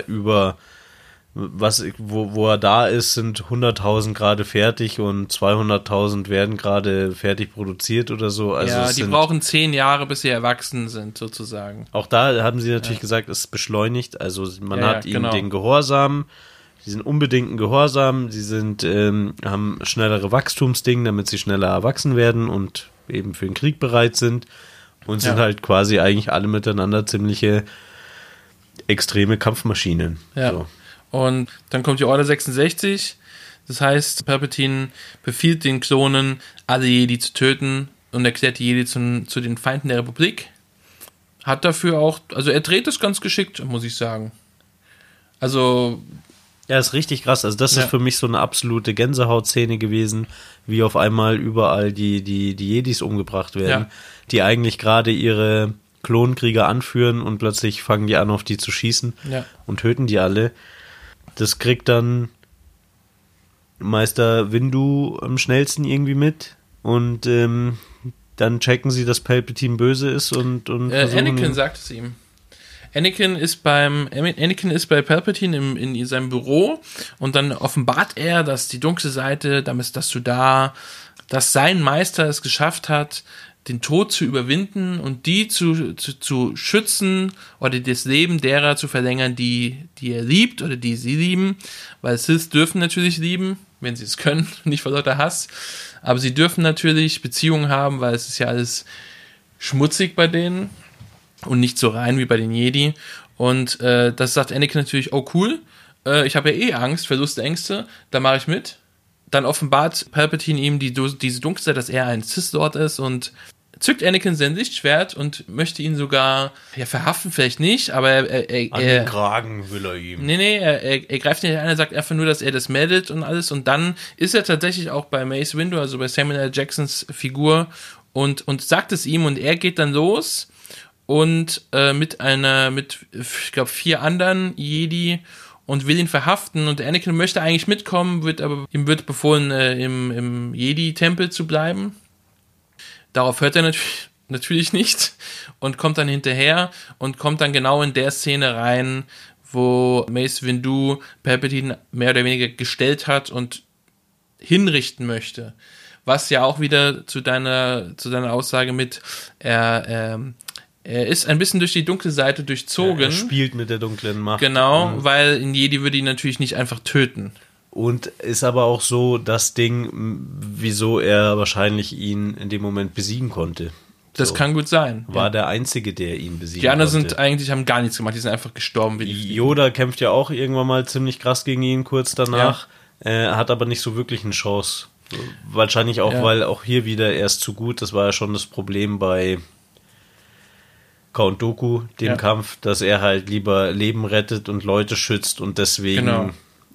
wo er da ist, sind 100.000 gerade fertig und 200.000 werden gerade fertig produziert oder so. Also ja, die brauchen 10 Jahre, bis sie erwachsen sind, sozusagen. Auch da haben sie natürlich gesagt, es ist beschleunigt. Also man hat ihnen genau. den Gehorsam, die sind unbedingten Gehorsam, sie sind, haben schnellere Wachstumsdinge, damit sie schneller erwachsen werden und eben für den Krieg bereit sind und sind halt quasi eigentlich alle miteinander ziemliche extreme Kampfmaschinen. Ja. So. Und dann kommt die Order 66, das heißt, Palpatine befiehlt den Klonen, alle Jedi zu töten und erklärt die Jedi zu den Feinden der Republik. Hat dafür auch, also er dreht es ganz geschickt, muss ich sagen. Also Ja, ist richtig krass. Also das ist für mich so eine absolute Gänsehautszene gewesen, wie auf einmal überall die Jedis umgebracht werden, die eigentlich gerade ihre Klonkrieger anführen und plötzlich fangen die an, auf die zu schießen und töten die alle. Das kriegt dann Meister Windu am schnellsten irgendwie mit und dann checken sie, dass Palpatine böse ist und Anakin sagt es ihm. Anakin ist bei Palpatine in seinem Büro und dann offenbart er, dass die dunkle Seite, dass sein Meister es geschafft hat, den Tod zu überwinden und die zu schützen oder das Leben derer zu verlängern, die er liebt oder die sie lieben, weil Sith dürfen natürlich lieben, wenn sie es können, nicht vor lauter Hass, aber sie dürfen natürlich Beziehungen haben, weil es ist ja alles schmutzig bei denen und nicht so rein wie bei den Jedi. Und das sagt Anakin natürlich, oh cool, ich habe ja Angst, Verlustängste, da mache ich mit. Dann offenbart Palpatine ihm diese Dunkelheit, dass er ein Sith-Lord ist und zückt Anakin sein Lichtschwert und möchte ihn sogar verhaften, vielleicht nicht, aber an den Kragen will er ihm. Nee, er greift nicht an, er sagt einfach nur, dass er das meldet und alles und dann ist er tatsächlich auch bei Mace Windu, also bei Samuel L. Jacksons Figur und sagt es ihm und er geht dann los und mit ich glaube 4 anderen Jedi und will ihn verhaften und Anakin möchte eigentlich mitkommen, ihm wird befohlen, im Jedi-Tempel zu bleiben. Darauf hört er natürlich nicht und kommt dann hinterher und kommt dann genau in der Szene rein, wo Mace Windu Palpatine mehr oder weniger gestellt hat und hinrichten möchte. Was ja auch wieder zu deiner Aussage mit, er ist ein bisschen durch die dunkle Seite durchzogen. Er spielt mit der dunklen Macht. Genau, weil in Jedi würde ihn natürlich nicht einfach töten. Und ist aber auch so das Ding, wieso er wahrscheinlich ihn in dem Moment besiegen konnte. Das kann gut sein. War der Einzige, der ihn besiegen konnte. Die anderen haben gar nichts gemacht, die sind einfach gestorben. Yoda kämpft ja auch irgendwann mal ziemlich krass gegen ihn kurz danach, hat aber nicht so wirklich eine Chance. Wahrscheinlich auch, weil auch hier wieder er ist zu gut, das war ja schon das Problem bei Count Dooku, dem Kampf, dass er halt lieber Leben rettet und Leute schützt und deswegen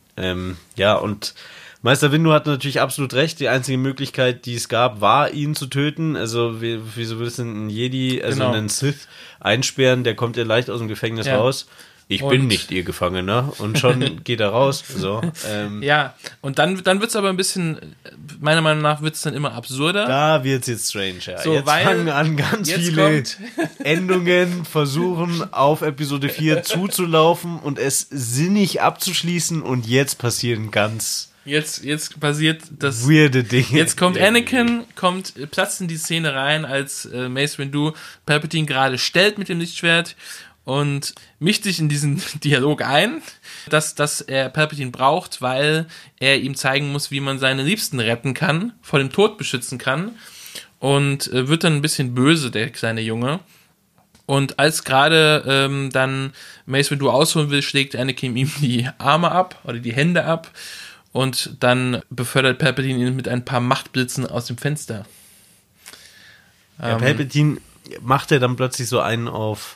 und Meister Windu hat natürlich absolut recht, die einzige Möglichkeit, die es gab, war ihn zu töten, also wieso willst du einen Jedi, einen Sith einsperren, der kommt ja leicht aus dem Gefängnis raus. Ich bin nicht ihr Gefangener und schon geht er raus. So, Ja, und dann wird es aber ein bisschen, meiner Meinung nach wird es dann immer absurder. Da wird es jetzt strange. Ja. So, jetzt fangen an ganz viele Endungen versuchen auf Episode 4 zuzulaufen und es sinnig abzuschließen und jetzt passieren ganz Jetzt passiert das weirde Dinge. Jetzt kommt Anakin, platzt in die Szene rein, als Mace Windu Palpatine gerade stellt mit dem Lichtschwert und mischt sich in diesen Dialog ein, dass er Palpatine braucht, weil er ihm zeigen muss, wie man seine Liebsten retten kann, vor dem Tod beschützen kann und wird dann ein bisschen böse, der kleine Junge. Und als gerade dann Mace Windu ausholen will, schlägt Anakin ihm die Arme ab oder die Hände ab und dann befördert Palpatine ihn mit ein paar Machtblitzen aus dem Fenster. Ja, Palpatine macht ja dann plötzlich so einen auf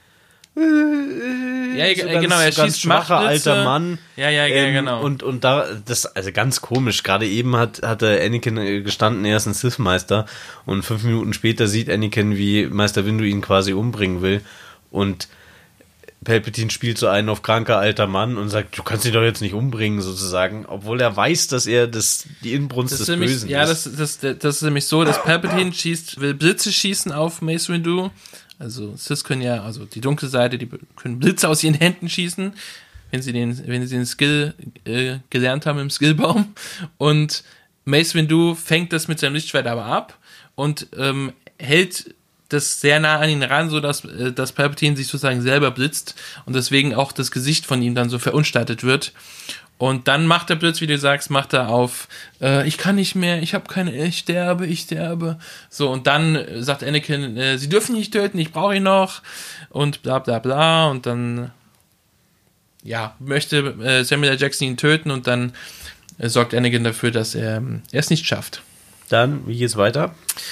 ja, so genau, er schießt schwacher Machtblitze. alter Mann. Ja, genau. Und da, das, also ganz komisch, gerade eben hat der Anakin gestanden, er ist ein Sith-Meister und 5 Minuten später sieht Anakin, wie Meister Windu ihn quasi umbringen will und Palpatine spielt so einen auf kranker alter Mann und sagt, du kannst ihn doch jetzt nicht umbringen, sozusagen, obwohl er weiß, dass er die Inbrunst des Bösen ist. Ja, das ist nämlich so, dass Palpatine will Blitze schießen auf Mace Windu. Also Sith können ja, also die dunkle Seite, die können Blitze aus ihren Händen schießen, wenn sie den Skill gelernt haben im Skillbaum. Und Mace Windu fängt das mit seinem Lichtschwert aber ab und hält das sehr nah an ihn ran, so dass Palpatine sich sozusagen selber blitzt und deswegen auch das Gesicht von ihm dann so verunstaltet wird. Und dann macht er plötzlich, wie du sagst, auf, ich kann nicht mehr, ich habe keine, ich sterbe. So, und dann sagt Anakin, sie dürfen ihn nicht töten, ich brauche ihn noch. Und bla bla bla. Und dann, ja, möchte Samuel L. Jackson ihn töten und dann sorgt Anakin dafür, dass er es nicht schafft. Dann, wie geht's weiter?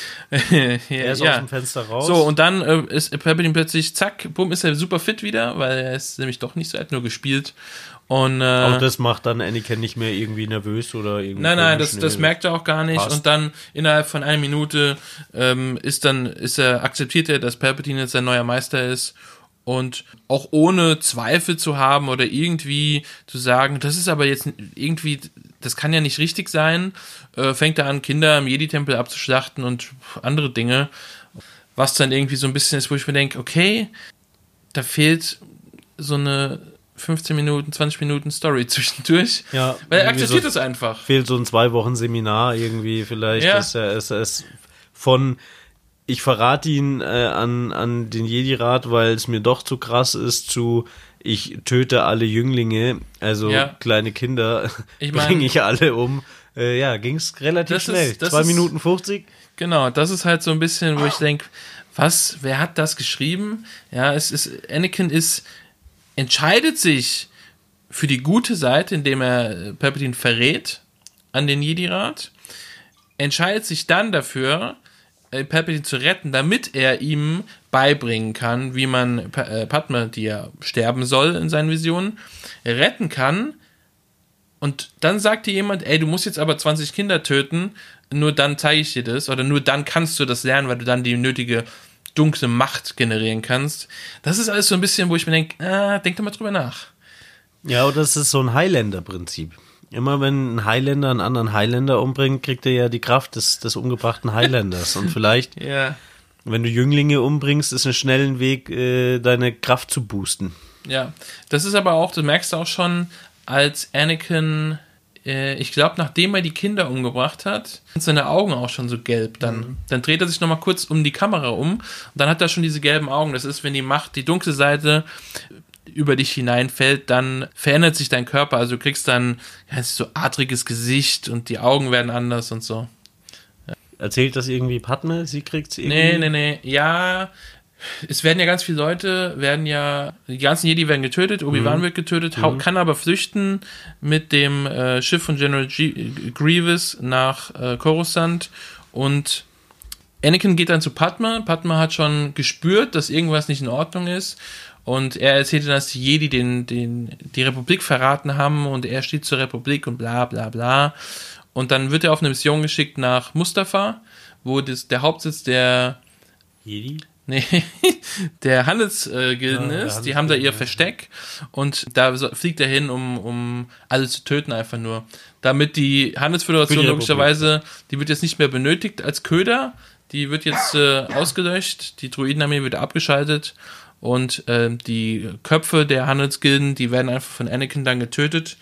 Er ist aus dem Fenster raus. So, und dann ist Palpatine plötzlich, zack, bumm, ist er super fit wieder, weil er ist nämlich doch nicht so, er hat nur gespielt. Und, auch das macht dann Anakin nicht mehr irgendwie nervös oder irgendwie. Nein, das merkt er auch gar nicht. Passt. Und dann innerhalb von 1 Minute akzeptiert er, dass Palpatine jetzt sein neuer Meister ist. Und auch ohne Zweifel zu haben oder irgendwie zu sagen, das ist aber jetzt irgendwie, das kann ja nicht richtig sein, fängt er an, Kinder im Jedi-Tempel abzuschlachten und andere Dinge, was dann irgendwie so ein bisschen ist, wo ich mir denke, okay, da fehlt so eine 15 Minuten, 20 Minuten Story zwischendurch, ja, weil er akzeptiert es einfach. Fehlt so ein 2 Wochen Seminar irgendwie vielleicht, ja. Dass er von ich verrate ihn an den Jedi-Rat, weil es mir doch zu krass ist, zu ich töte alle Jünglinge, also kleine Kinder, bringe ich alle um. Ging's relativ schnell. 2 Minuten 50. Genau, das ist halt so ein bisschen, wo ich denke, wer hat das geschrieben? Ja, Anakin entscheidet sich für die gute Seite, indem er Palpatine verrät an den Jedi-Rat, entscheidet sich dann dafür, Palpatine zu retten, damit er ihm beibringen kann, wie man Padme, die ja sterben soll in seinen Visionen, retten kann. Und dann sagt dir jemand, ey, du musst jetzt aber 20 Kinder töten, nur dann zeige ich dir das, oder nur dann kannst du das lernen, weil du dann die nötige dunkle Macht generieren kannst. Das ist alles so ein bisschen, wo ich mir denke, denk doch mal drüber nach. Ja, oder das ist so ein Highlander-Prinzip. Immer wenn ein Highlander einen anderen Highlander umbringt, kriegt er ja die Kraft des umgebrachten Highlanders. Und vielleicht, wenn du Jünglinge umbringst, ist ein schneller Weg, deine Kraft zu boosten. Ja, das ist aber auch, du merkst auch schon, als Anakin, ich glaube, nachdem er die Kinder umgebracht hat, sind seine Augen auch schon so gelb. Dann dreht er sich nochmal kurz um die Kamera um und dann hat er schon diese gelben Augen. Das ist, wenn die Macht, die dunkle Seite über dich hineinfällt, dann verändert sich dein Körper. Also du kriegst dann so adriges Gesicht und die Augen werden anders und so. Ja. Erzählt das irgendwie Padme? Sie kriegt's irgendwie? Nee. Ja, es werden ja ganz viele Leute, die ganzen Jedi werden getötet, Obi-Wan wird getötet, kann aber flüchten mit dem Schiff von General Grievous nach Coruscant und Anakin geht dann zu Padme. Padme hat schon gespürt, dass irgendwas nicht in Ordnung ist und er erzählte, dass die Jedi die Republik verraten haben und er steht zur Republik und bla bla bla. Und dann wird er auf eine Mission geschickt nach Mustafar, wo der Hauptsitz der Jedi? Nee, der Handelsgilden ist. Die haben da ihr Versteck und da fliegt er hin, um alle zu töten einfach nur. Damit die Handelsföderation logischerweise, die wird jetzt nicht mehr benötigt als Köder, die wird jetzt ausgelöscht, die Druidenarmee wird abgeschaltet und die Köpfe der Handelsgilden, die werden einfach von Anakin dann getötet.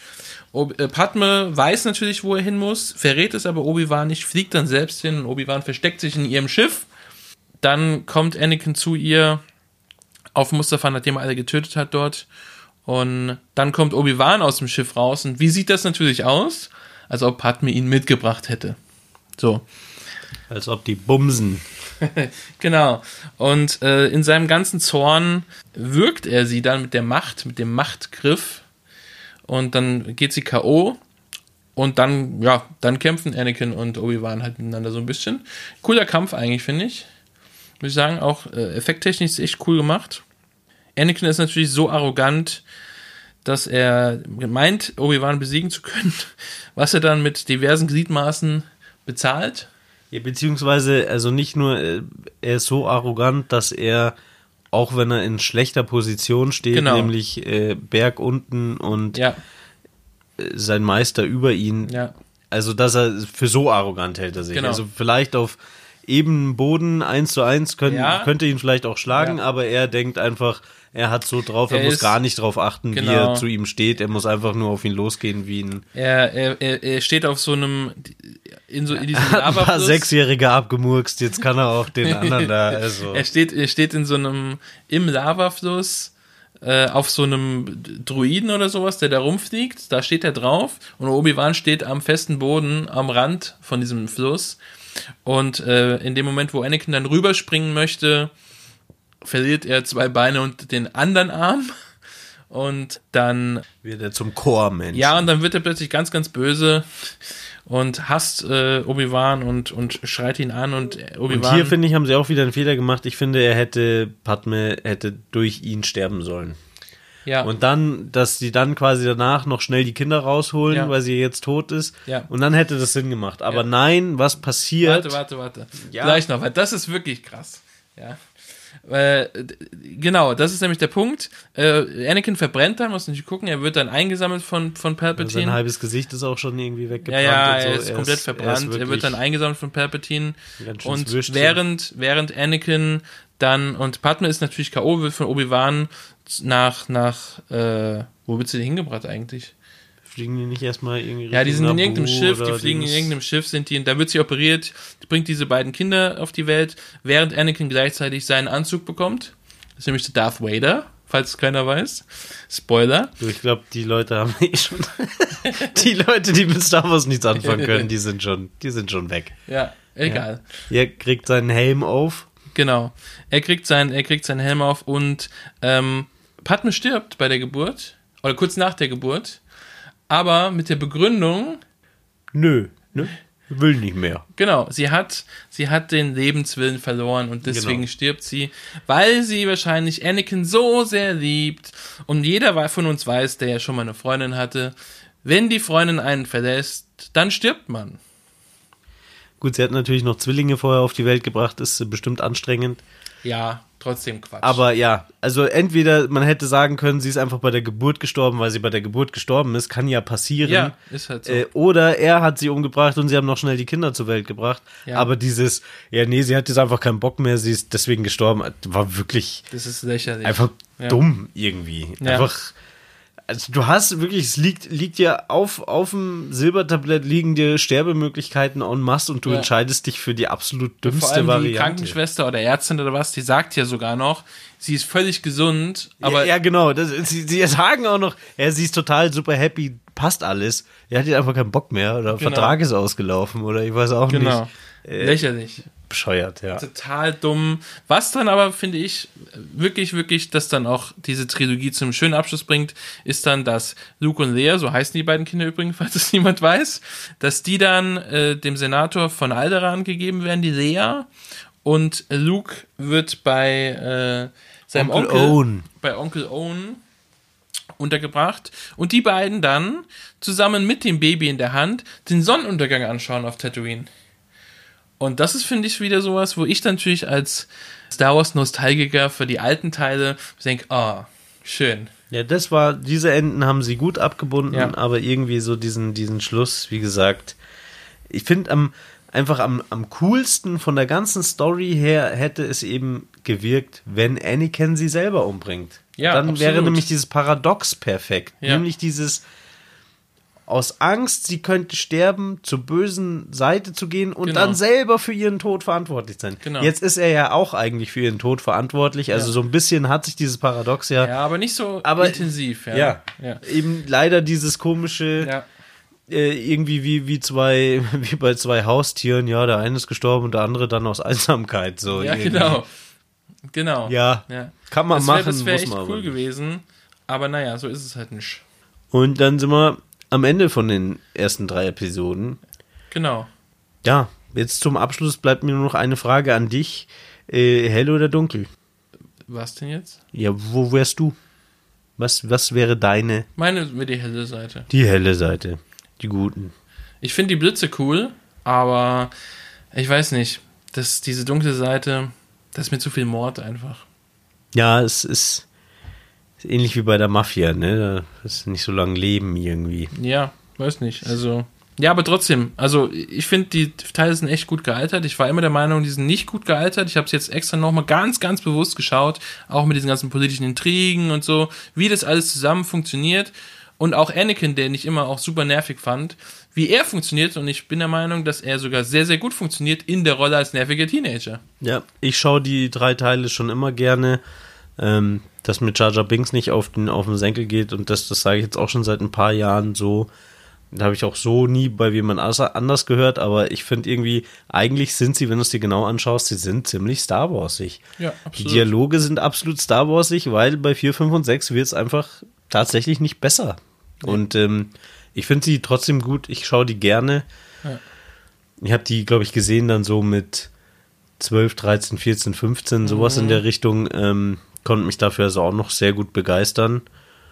Padme weiß natürlich, wo er hin muss, verrät es aber Obi-Wan nicht, fliegt dann selbst hin und Obi-Wan versteckt sich in ihrem Schiff. Dann kommt Anakin zu ihr auf Mustafar, nachdem er alle getötet hat dort. Und dann kommt Obi-Wan aus dem Schiff raus. Und wie sieht das natürlich aus? Als ob Padme ihn mitgebracht hätte. So. Als ob die bumsen. Genau. Und in seinem ganzen Zorn wirkt er sie dann mit der Macht, mit dem Machtgriff. Und dann geht sie K.O. Und dann kämpfen Anakin und Obi-Wan halt miteinander so ein bisschen. Cooler Kampf eigentlich, finde ich. Muss ich sagen, auch effekttechnisch ist echt cool gemacht. Anakin ist natürlich so arrogant, dass er meint, Obi-Wan besiegen zu können, was er dann mit diversen Gliedmaßen bezahlt. Ja, beziehungsweise, also nicht nur, er ist so arrogant, dass er, auch wenn er in schlechter Position steht, nämlich Berg unten und sein Meister über ihn, also dass er für so arrogant hält er sich. Genau. Also vielleicht auf ebenem Boden 1:1 könnte ihn vielleicht auch schlagen, aber er denkt einfach, er hat so drauf, er muss gar nicht drauf achten, wie er zu ihm steht, er muss einfach nur auf ihn losgehen wie ein... Er steht auf so einem, in diesem Lavafluss. Ein paar Sechsjährige abgemurkst, jetzt kann er auch den anderen da, also... Er steht in so einem, im Lavafluss, auf so einem Druiden oder sowas, der da rumfliegt, da steht er drauf und Obi-Wan steht am festen Boden, am Rand von diesem Fluss und in dem Moment, wo Anakin dann rüberspringen möchte, verliert er 2 Beine und den anderen Arm und dann wird er zum Chormensch. Ja, und dann wird er plötzlich ganz, ganz böse und hasst Obi-Wan und schreit ihn an und Obi-Wan... Und hier, finde ich, haben sie auch wieder einen Fehler gemacht. Ich finde, Padme hätte durch ihn sterben sollen. Ja. Und dann, dass sie dann quasi danach noch schnell die Kinder rausholen, weil sie jetzt tot ist. Ja. Und dann hätte das Sinn gemacht. Aber nein, was passiert... Warte. Ja. Gleich noch, weil das ist wirklich krass. Ja. Genau, das ist nämlich der Punkt. Anakin verbrennt dann, muss nicht gucken, er wird dann eingesammelt von Palpatine. Sein halbes Gesicht ist auch schon irgendwie weggebrannt. Ja, er ist komplett verbrannt. Er wird dann eingesammelt von Palpatine. Und während Anakin dann, und Padme ist natürlich K.O., wird von Obi-Wan nach wo wird sie denn hingebracht eigentlich? Fliegen die nicht erstmal irgendwie Ja, die sind in irgendeinem Schiff, da wird sie operiert, bringt diese beiden Kinder auf die Welt, während Anakin gleichzeitig seinen Anzug bekommt. Das ist nämlich der Darth Vader, falls es keiner weiß. Spoiler. Du, ich glaube, die Leute haben schon... die Leute, die mit Star Wars nichts anfangen können, die sind schon weg. Ja, egal. Ja. Er kriegt seinen Helm auf. Genau. Er kriegt seinen Helm auf und Padme stirbt bei der Geburt, oder kurz nach der Geburt, aber mit der Begründung... Nö, will nicht mehr. Genau, sie hat den Lebenswillen verloren und deswegen stirbt sie, weil sie wahrscheinlich Anakin so sehr liebt und jeder von uns weiß, der ja schon mal eine Freundin hatte, wenn die Freundin einen verlässt, dann stirbt man. Gut, sie hat natürlich noch Zwillinge vorher auf die Welt gebracht, ist bestimmt anstrengend. Ja, trotzdem Quatsch. Aber ja, also entweder man hätte sagen können, sie ist einfach bei der Geburt gestorben, weil sie bei der Geburt gestorben ist, kann ja passieren. Ja, ist halt so. Oder er hat sie umgebracht und sie haben noch schnell die Kinder zur Welt gebracht. Ja. Aber sie hat jetzt einfach keinen Bock mehr, sie ist deswegen gestorben, war wirklich... Das ist lächerlich. Einfach dumm irgendwie. Ja. Einfach... Also du hast wirklich, es liegt ja auf dem Silbertablett liegen dir Sterbemöglichkeiten en masse und du entscheidest dich für die absolut dümmste Vor allem Variante. Die Krankenschwester oder Ärztin oder was, die sagt ja sogar noch, sie ist völlig gesund, aber... Ja, genau, sie sagen auch noch, sie ist total super happy, passt alles. Er hat jetzt einfach keinen Bock mehr oder Vertrag ist ausgelaufen oder ich weiß auch nicht. Lächerlich. Bescheuert, ja. Total dumm. Was dann aber, finde ich, wirklich, wirklich, das dann auch diese Trilogie zum schönen Abschluss bringt, ist dann, dass Luke und Leia, so heißen die beiden Kinder übrigens, falls es niemand weiß, dass die dann dem Senator von Alderaan gegeben werden, die Leia, und Luke wird bei seinem bei Onkel Owen untergebracht und die beiden dann zusammen mit dem Baby in der Hand den Sonnenuntergang anschauen auf Tatooine. Und das ist, finde ich, wieder sowas, wo ich natürlich als Star Wars-Nostalgiker für die alten Teile denke, schön. Ja, diese Enden haben sie gut abgebunden, aber irgendwie so diesen Schluss, wie gesagt, ich finde am coolsten von der ganzen Story her hätte es eben gewirkt, wenn Anakin sie selber umbringt. Ja, dann wäre nämlich dieses Paradox perfekt. Ja. Nämlich dieses aus Angst, sie könnte sterben, zur bösen Seite zu gehen und dann selber für ihren Tod verantwortlich sein. Genau. Jetzt ist er ja auch eigentlich für ihren Tod verantwortlich, also so ein bisschen hat sich dieses Paradox ja... Ja, aber nicht so intensiv. Ja, eben leider dieses komische... irgendwie wie bei zwei Haustieren, ja, der eine ist gestorben und der andere dann aus Einsamkeit. So Ja, irgendwie. genau. Ja, kann man machen, Das wäre muss echt man aber cool nicht. gewesen, aber naja, so ist es halt nicht. Und dann sind wir am Ende von den ersten 3 Episoden. Genau. Ja, jetzt zum Abschluss bleibt mir nur noch eine Frage an dich. Hell oder dunkel? Was denn jetzt? Ja, wo wärst du? Was wäre deine? Meine wäre die helle Seite. Die helle Seite. Die guten. Ich finde die Blitze cool, aber ich weiß nicht, diese dunkle Seite, das ist mir zu viel Mord einfach. Ja, es ist ähnlich wie bei der Mafia, ne? Das ist nicht so lange Leben irgendwie. Ja, weiß nicht. Also, ja, aber trotzdem, also ich finde, die Teile sind echt gut gealtert. Ich war immer der Meinung, die sind nicht gut gealtert. Ich habe es jetzt extra nochmal ganz, ganz bewusst geschaut, auch mit diesen ganzen politischen Intrigen und so, wie das alles zusammen funktioniert. Und auch Anakin, den ich immer auch super nervig fand, wie er funktioniert. Und ich bin der Meinung, dass er sogar sehr, sehr gut funktioniert in der Rolle als nerviger Teenager. Ja, ich schaue die 3 Teile schon immer gerne. Dass mir Jar Jar Binks nicht auf den Senkel geht und das sage ich jetzt auch schon seit ein paar Jahren so. Da habe ich auch so nie bei jemand anders gehört, aber ich finde irgendwie, eigentlich sind sie, wenn du es dir genau anschaust, sie sind ziemlich Star Warsig. Ja, Die absolut. Dialoge sind absolut Star Warsig, weil bei 4, 5 und 6 wird es einfach tatsächlich nicht besser. Ja. Und ich finde sie trotzdem gut, ich schaue die gerne. Ja. Ich habe die, glaube ich, gesehen dann so mit 12, 13, 14, 15, sowas in der Richtung, konnte mich dafür also auch noch sehr gut begeistern.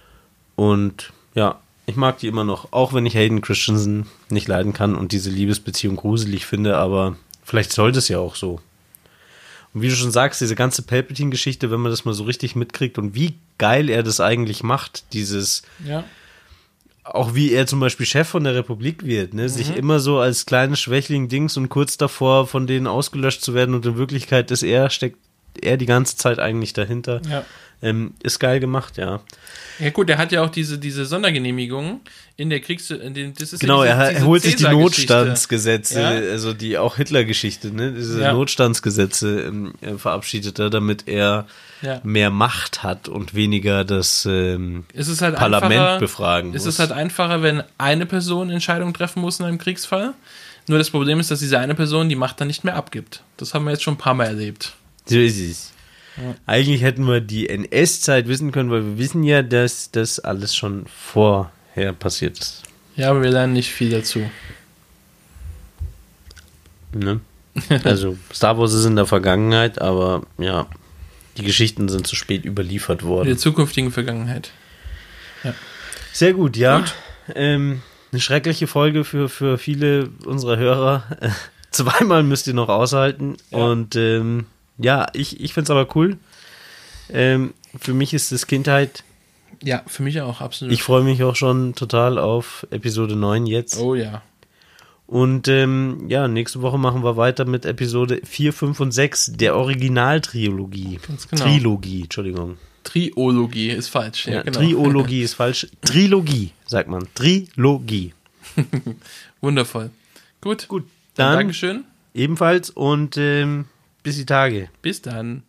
Und ja, ich mag die immer noch, auch wenn ich Hayden Christensen nicht leiden kann und diese Liebesbeziehung gruselig finde, aber vielleicht sollte es ja auch so. Und wie du schon sagst, diese ganze Palpatine-Geschichte, wenn man das mal so richtig mitkriegt und wie geil er das eigentlich macht, Ja. auch wie er zum Beispiel Chef von der Republik wird, ne? Sich immer so als kleines Schwächling-Dings und kurz davor von denen ausgelöscht zu werden und in Wirklichkeit steckt er die ganze Zeit eigentlich dahinter. Ja. Ist geil gemacht, ja. Ja gut, er hat ja auch diese Sondergenehmigung in der das ist Genau, ja er holt sich die Cäsar-Geschichte. Notstandsgesetze, Ja. also die auch Hitler-Geschichte, ne? Diese Ja. Notstandsgesetze verabschiedet er, damit er Ja. mehr Macht hat und weniger das Es ist halt Parlament befragen Es muss. ist halt einfacher, wenn eine Person Entscheidungen treffen muss in einem Kriegsfall. Nur das Problem ist, dass diese eine Person die Macht dann nicht mehr abgibt. Das haben wir jetzt schon ein paar Mal erlebt. So ist es. Ja. Eigentlich hätten wir die NS-Zeit wissen können, weil wir wissen ja, dass das alles schon vorher passiert ist. Ja, aber wir lernen nicht viel dazu. Ne? Also Star Wars ist in der Vergangenheit, aber ja, die Geschichten sind zu spät überliefert In worden. der zukünftigen Vergangenheit. Sehr gut, ja. Gut. Eine schreckliche Folge für viele unserer Hörer. Zweimal müsst ihr noch aushalten. Ja. Und ja, ich finde es aber cool. Für mich ist es Kindheit. Ja, für mich auch, absolut. Ich freue mich auch schon total auf Episode 9 jetzt. Oh ja. Und ja, nächste Woche machen wir weiter mit Episode 4, 5 und 6 der Originaltrilogie. Ganz genau. Trilogie, Entschuldigung. Triologie ist falsch. Ja, Ja, genau. Triologie ist falsch. Trilogie, sagt man. Trilogie. Wundervoll. Gut. Dann Dankeschön. ebenfalls und bis die Tage. Bis dann.